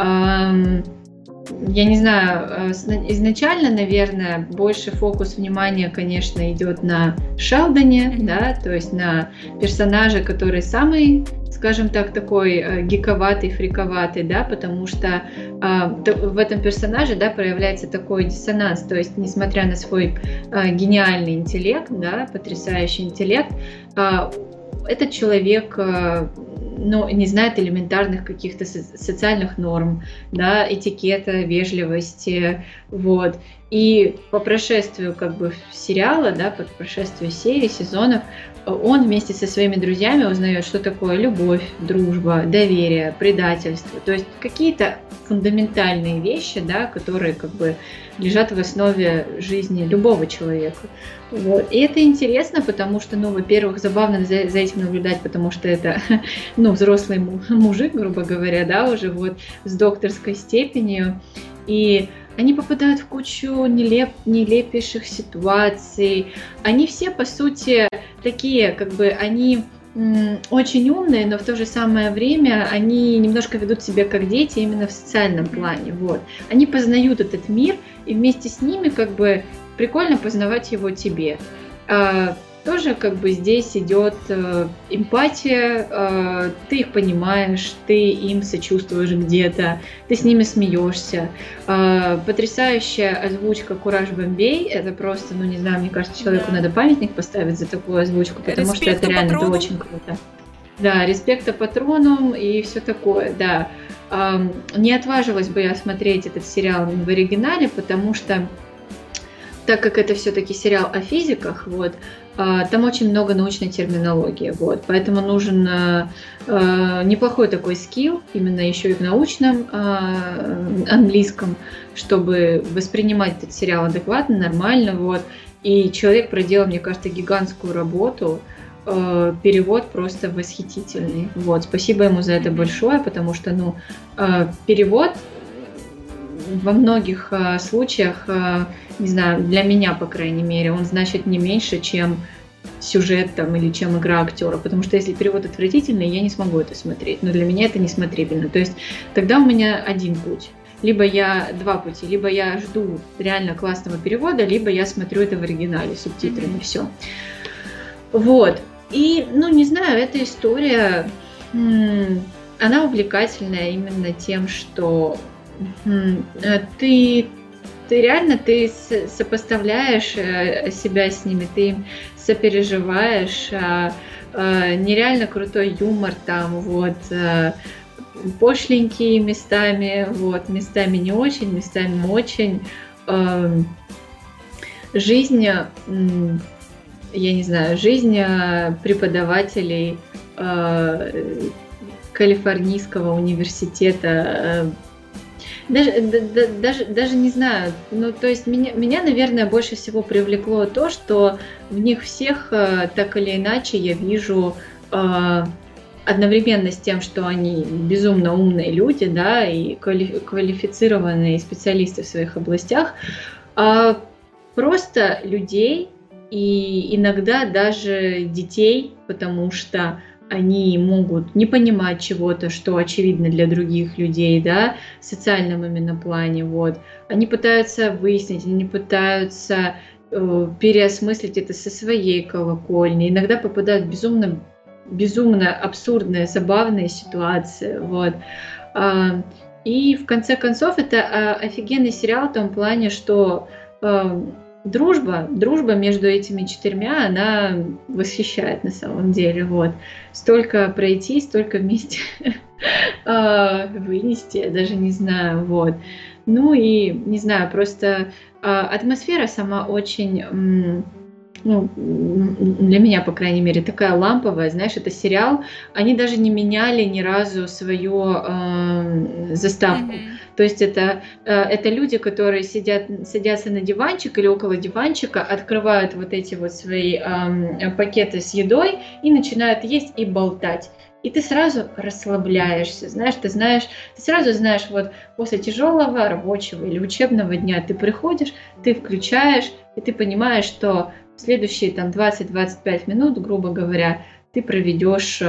эм, я не знаю, изначально, наверное, больше фокус внимания, конечно, идет на Шелдоне, да, то есть на персонаже, который самый, скажем так, такой гиковатый, фриковатый, да, потому что э, в этом персонаже, да, проявляется такой диссонанс, то есть, несмотря на свой э, гениальный интеллект, да, потрясающий интеллект, э, этот человек э, ну, не знает элементарных каких-то со- социальных норм, да, этикета, вежливости, вот. И по прошествию как бы сериала, да, по прошествию серий, сезонов, он вместе со своими друзьями узнает, что такое любовь, дружба, доверие, предательство. То есть какие-то фундаментальные вещи, да, которые как бы лежат в основе жизни любого человека. Вот. И это интересно, потому что, ну, во-первых, забавно за, за этим наблюдать, потому что это, ну, взрослый мужик, грубо говоря, да, уже вот с докторской степенью. И они попадают в кучу нелеп, нелепейших ситуаций. Они все, по сути, такие, как бы, они м, очень умные, но в то же самое время они немножко ведут себя как дети именно в социальном плане. Вот. Они познают этот мир, и вместе с ними, как бы, прикольно познавать его тебе. А, тоже как бы здесь идет э, эмпатия, э, ты их понимаешь, ты им сочувствуешь где-то, ты с ними смеешься. Э, потрясающая озвучка Кураж Бомбей, это просто, ну не знаю, мне кажется, человеку да. надо памятник поставить за такую озвучку, потому респекта что это реально это очень круто. Да, респекта патронам и все такое, да. Э, не отважилась бы я смотреть этот сериал в оригинале, потому что так как это все-таки сериал о физиках, вот, там очень много научной терминологии, вот, поэтому нужен э, неплохой такой скилл, именно еще и в научном э, английском, чтобы воспринимать этот сериал адекватно, нормально, вот. И человек проделал, мне кажется, гигантскую работу, э, перевод просто восхитительный, вот. Спасибо ему за это большое, потому что, ну, э, перевод во многих э, случаях, э, не знаю, для меня, по крайней мере, он значит не меньше, чем сюжет там, или чем игра актера, потому что если перевод отвратительный, я не смогу это смотреть, но для меня это несмотрибельно. То есть тогда у меня один путь. Либо я, два пути, либо я жду реально классного перевода, либо я смотрю это в оригинале, субтитрами, все. Вот. И, ну, не знаю, эта история, м- она увлекательная именно тем, что м- ты... Ты реально ты сопоставляешь себя с ними, ты им сопереживаешь, нереально крутой юмор там, вот, пошленькие местами, вот, местами не очень, местами очень. Жизнь, я не знаю, жизнь преподавателей Калифорнийского университета. Даже, да, даже, даже не знаю, ну то есть меня, меня, наверное, больше всего привлекло то, что в них всех так или иначе я вижу э, одновременно с тем, что они безумно умные люди, да, и квалифицированные специалисты в своих областях, э, просто людей и иногда даже детей, потому что они могут не понимать чего-то, что очевидно для других людей, да, в социальном именно плане, вот. Они пытаются выяснить, они пытаются э, переосмыслить это со своей колокольни, иногда попадают в безумно, безумно абсурдные, забавные ситуации, вот. А, и в конце концов это а, офигенный сериал в том плане, что э, дружба, дружба между этими четырьмя, она восхищает на самом деле. Вот. Столько пройти, столько вместе вынести, я даже не знаю. Вот. Ну и, не знаю, просто атмосфера сама очень... Ну, для меня, по крайней мере, такая ламповая, знаешь, это сериал, они даже не меняли ни разу свою э, заставку. Mm-hmm. То есть это, э, это люди, которые сидят, садятся на диванчик или около диванчика, открывают вот эти вот свои э, пакеты с едой и начинают есть и болтать. И ты сразу расслабляешься, знаешь, ты знаешь, ты сразу знаешь, вот после тяжелого рабочего или учебного дня ты приходишь, ты включаешь, и ты понимаешь, что следующие там двадцать-двадцать пять минут, грубо говоря, ты проведешь,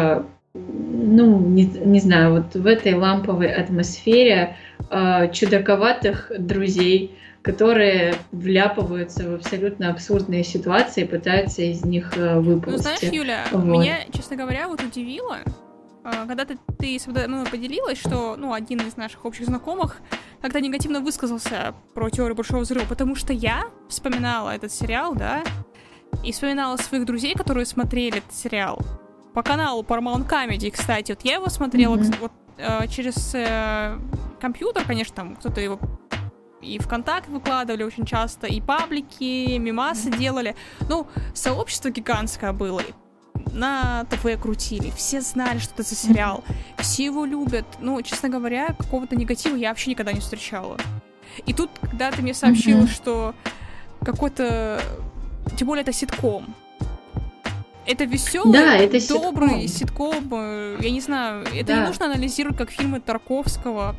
ну, не, не знаю, вот в этой ламповой атмосфере э, чудаковатых друзей, которые вляпываются в абсолютно абсурдные ситуации и пытаются из них э, выползти. Ну, знаешь, Юля, вот. Меня, честно говоря, вот удивило, когда ты, ты со мной поделилась, что, ну, один из наших общих знакомых как-то негативно высказался про теорию Большого взрыва, потому что я вспоминала этот сериал, да, и вспоминала своих друзей, которые смотрели этот сериал по каналу Paramount Comedy, кстати. Вот я его смотрела mm-hmm. вот, э, через э, компьютер, конечно, там кто-то его и ВКонтакте выкладывали очень часто, и паблики, мемасы mm-hmm. делали. Ну, сообщество гигантское было. На ТВ крутили, все знали, что это за сериал, mm-hmm. все его любят. Ну, честно говоря, какого-то негатива я вообще никогда не встречала. И тут, когда ты мне сообщила, mm-hmm. что какой-то... Тем более это ситком. Это веселый, да, это добрый ситком. ситком. Я не знаю, это да. не нужно анализировать как фильмы Тарковского.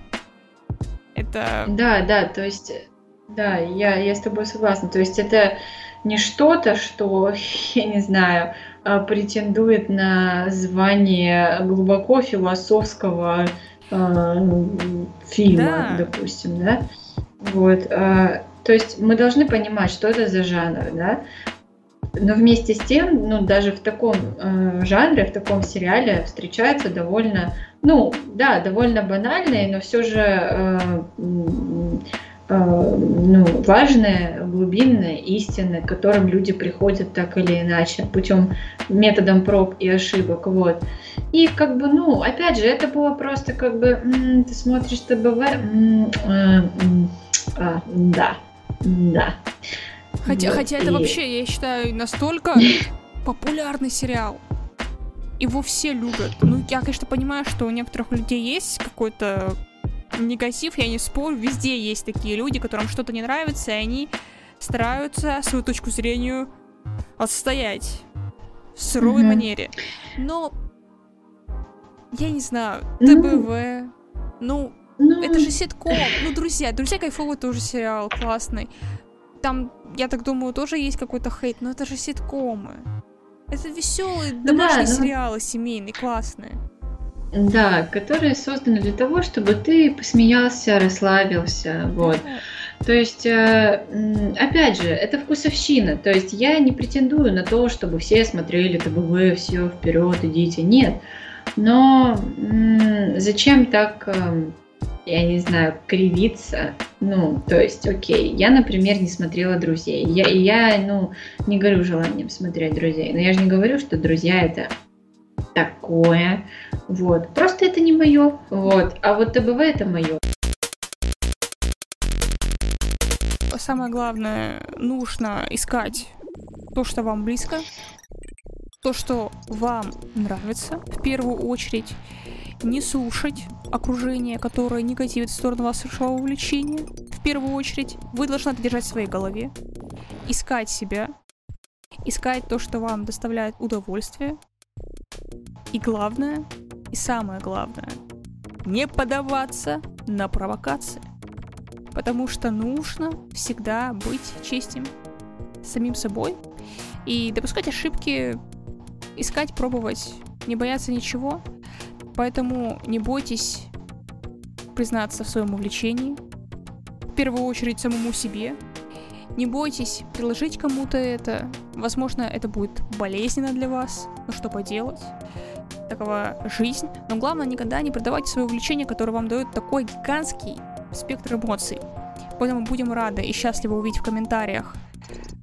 Это... Да, да, то есть... Да, я, я с тобой согласна. То есть это не что-то, что, я не знаю, претендует на звание глубоко философского э, фильма, да. допустим, да? Вот. Э, то есть мы должны понимать, что это за жанр, да? Но вместе с тем, ну, даже в таком э, жанре, в таком сериале встречаются довольно, ну, да, довольно банальные, но все же э, э, ну, важные, глубинные истины, к которым люди приходят так или иначе, путем, методом проб и ошибок, вот. И как бы, ну, опять же, это было просто как бы, м- ты смотришь ТБВ, м- э- м- а, да, да. Хотя, вот, хотя и... это вообще, я считаю, настолько популярный сериал. Его все любят. Ну, я, конечно, понимаю, что у некоторых людей есть какой-то негатив, я не спорю. Везде есть такие люди, которым что-то не нравится, и они стараются свою точку зрения отстоять в сырой mm-hmm. манере. Но я не знаю, ТБВ, ну, ну, это же ситком. Ну, друзья, друзья кайфовый тоже сериал, классный. Там, я так думаю, тоже есть какой-то хейт, но это же ситкомы. Это веселые домашние да, сериалы, ну... семейные, классные. Да, которые созданы для того, чтобы ты посмеялся, расслабился, вот. Да. То есть, опять же, это вкусовщина. То есть я не претендую на то, чтобы все смотрели ТБВ, все вперед, идите. Нет. Но м- зачем так, э, я не знаю, кривиться? Ну, то есть, окей, я, например, не смотрела «Друзей». Я, я, ну, не горю желанием смотреть «Друзей». Но я же не говорю, что «Друзья» — это такое. Вот. Просто это не мое. Вот. А вот ТБВ — это мое. Самое главное, нужно искать то, что вам близко, то, что вам нравится, в первую очередь. Не слушать окружение, которое негативит в сторону вашего увлечения. В первую очередь, вы должны это держать в своей голове. Искать себя. Искать то, что вам доставляет удовольствие. И главное, и самое главное, не поддаваться на провокации. Потому что нужно всегда быть честным с самим собой и допускать ошибки, искать, пробовать, не бояться ничего. Поэтому не бойтесь признаться в своем увлечении, в первую очередь самому себе. Не бойтесь предложить кому-то это. Возможно, это будет болезненно для вас, но что поделать? Такова жизнь. Но главное, никогда не продавайте свое увлечение, которое вам дает такой гигантский спектр эмоций. Поэтому будем рады и счастливы увидеть в комментариях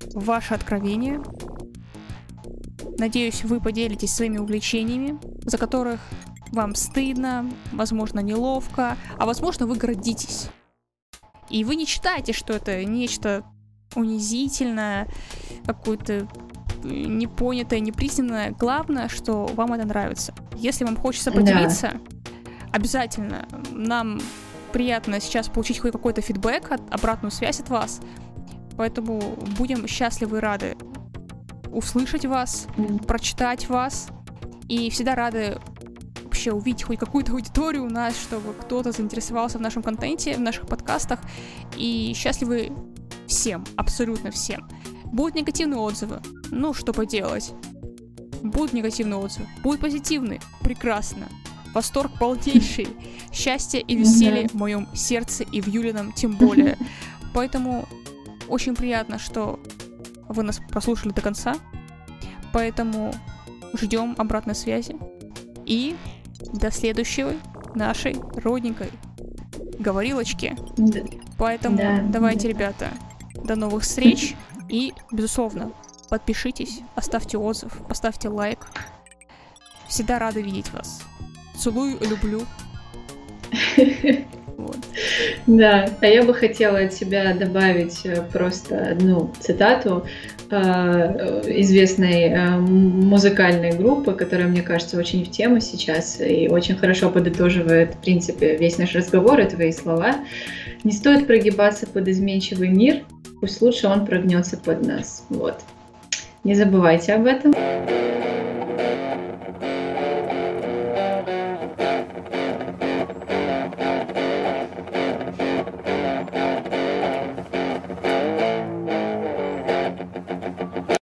ваши откровения. Надеюсь, вы поделитесь своими увлечениями, за которых вам стыдно, возможно, неловко, а возможно, вы гордитесь. И вы не считаете, что это нечто унизительное, какое-то непонятое, непризнанное. Главное, что вам это нравится. Если вам хочется поделиться, да. обязательно нам приятно сейчас получить хоть какой-то фидбэк, обратную связь от вас. Поэтому будем счастливы и рады услышать вас, mm. прочитать вас. И всегда рады вообще увидеть хоть какую-то аудиторию у нас, чтобы кто-то заинтересовался в нашем контенте, в наших подкастах. И счастливы всем, абсолютно всем. Будут негативные отзывы. Ну, что поделать. Будут негативные отзывы. Будут позитивные. Прекрасно. Восторг полнейший. Счастье и веселье mm-hmm. в моем сердце и в Юлином тем более. Поэтому очень приятно, что вы нас прослушали до конца. Поэтому ждем обратной связи. И до следующей нашей родненькой говорилочки. Да. Поэтому да, давайте, да. ребята, до новых встреч. И, безусловно, подпишитесь, оставьте отзыв, поставьте лайк. Всегда рада видеть вас. Целую, люблю. Вот. Да, а я бы хотела от себя добавить просто одну цитату э, известной э, музыкальной группы, которая, мне кажется, очень в тему сейчас и очень хорошо подытоживает, в принципе, весь наш разговор и твои слова. Не стоит прогибаться под изменчивый мир, пусть лучше он прогнется под нас. Вот. Не забывайте об этом.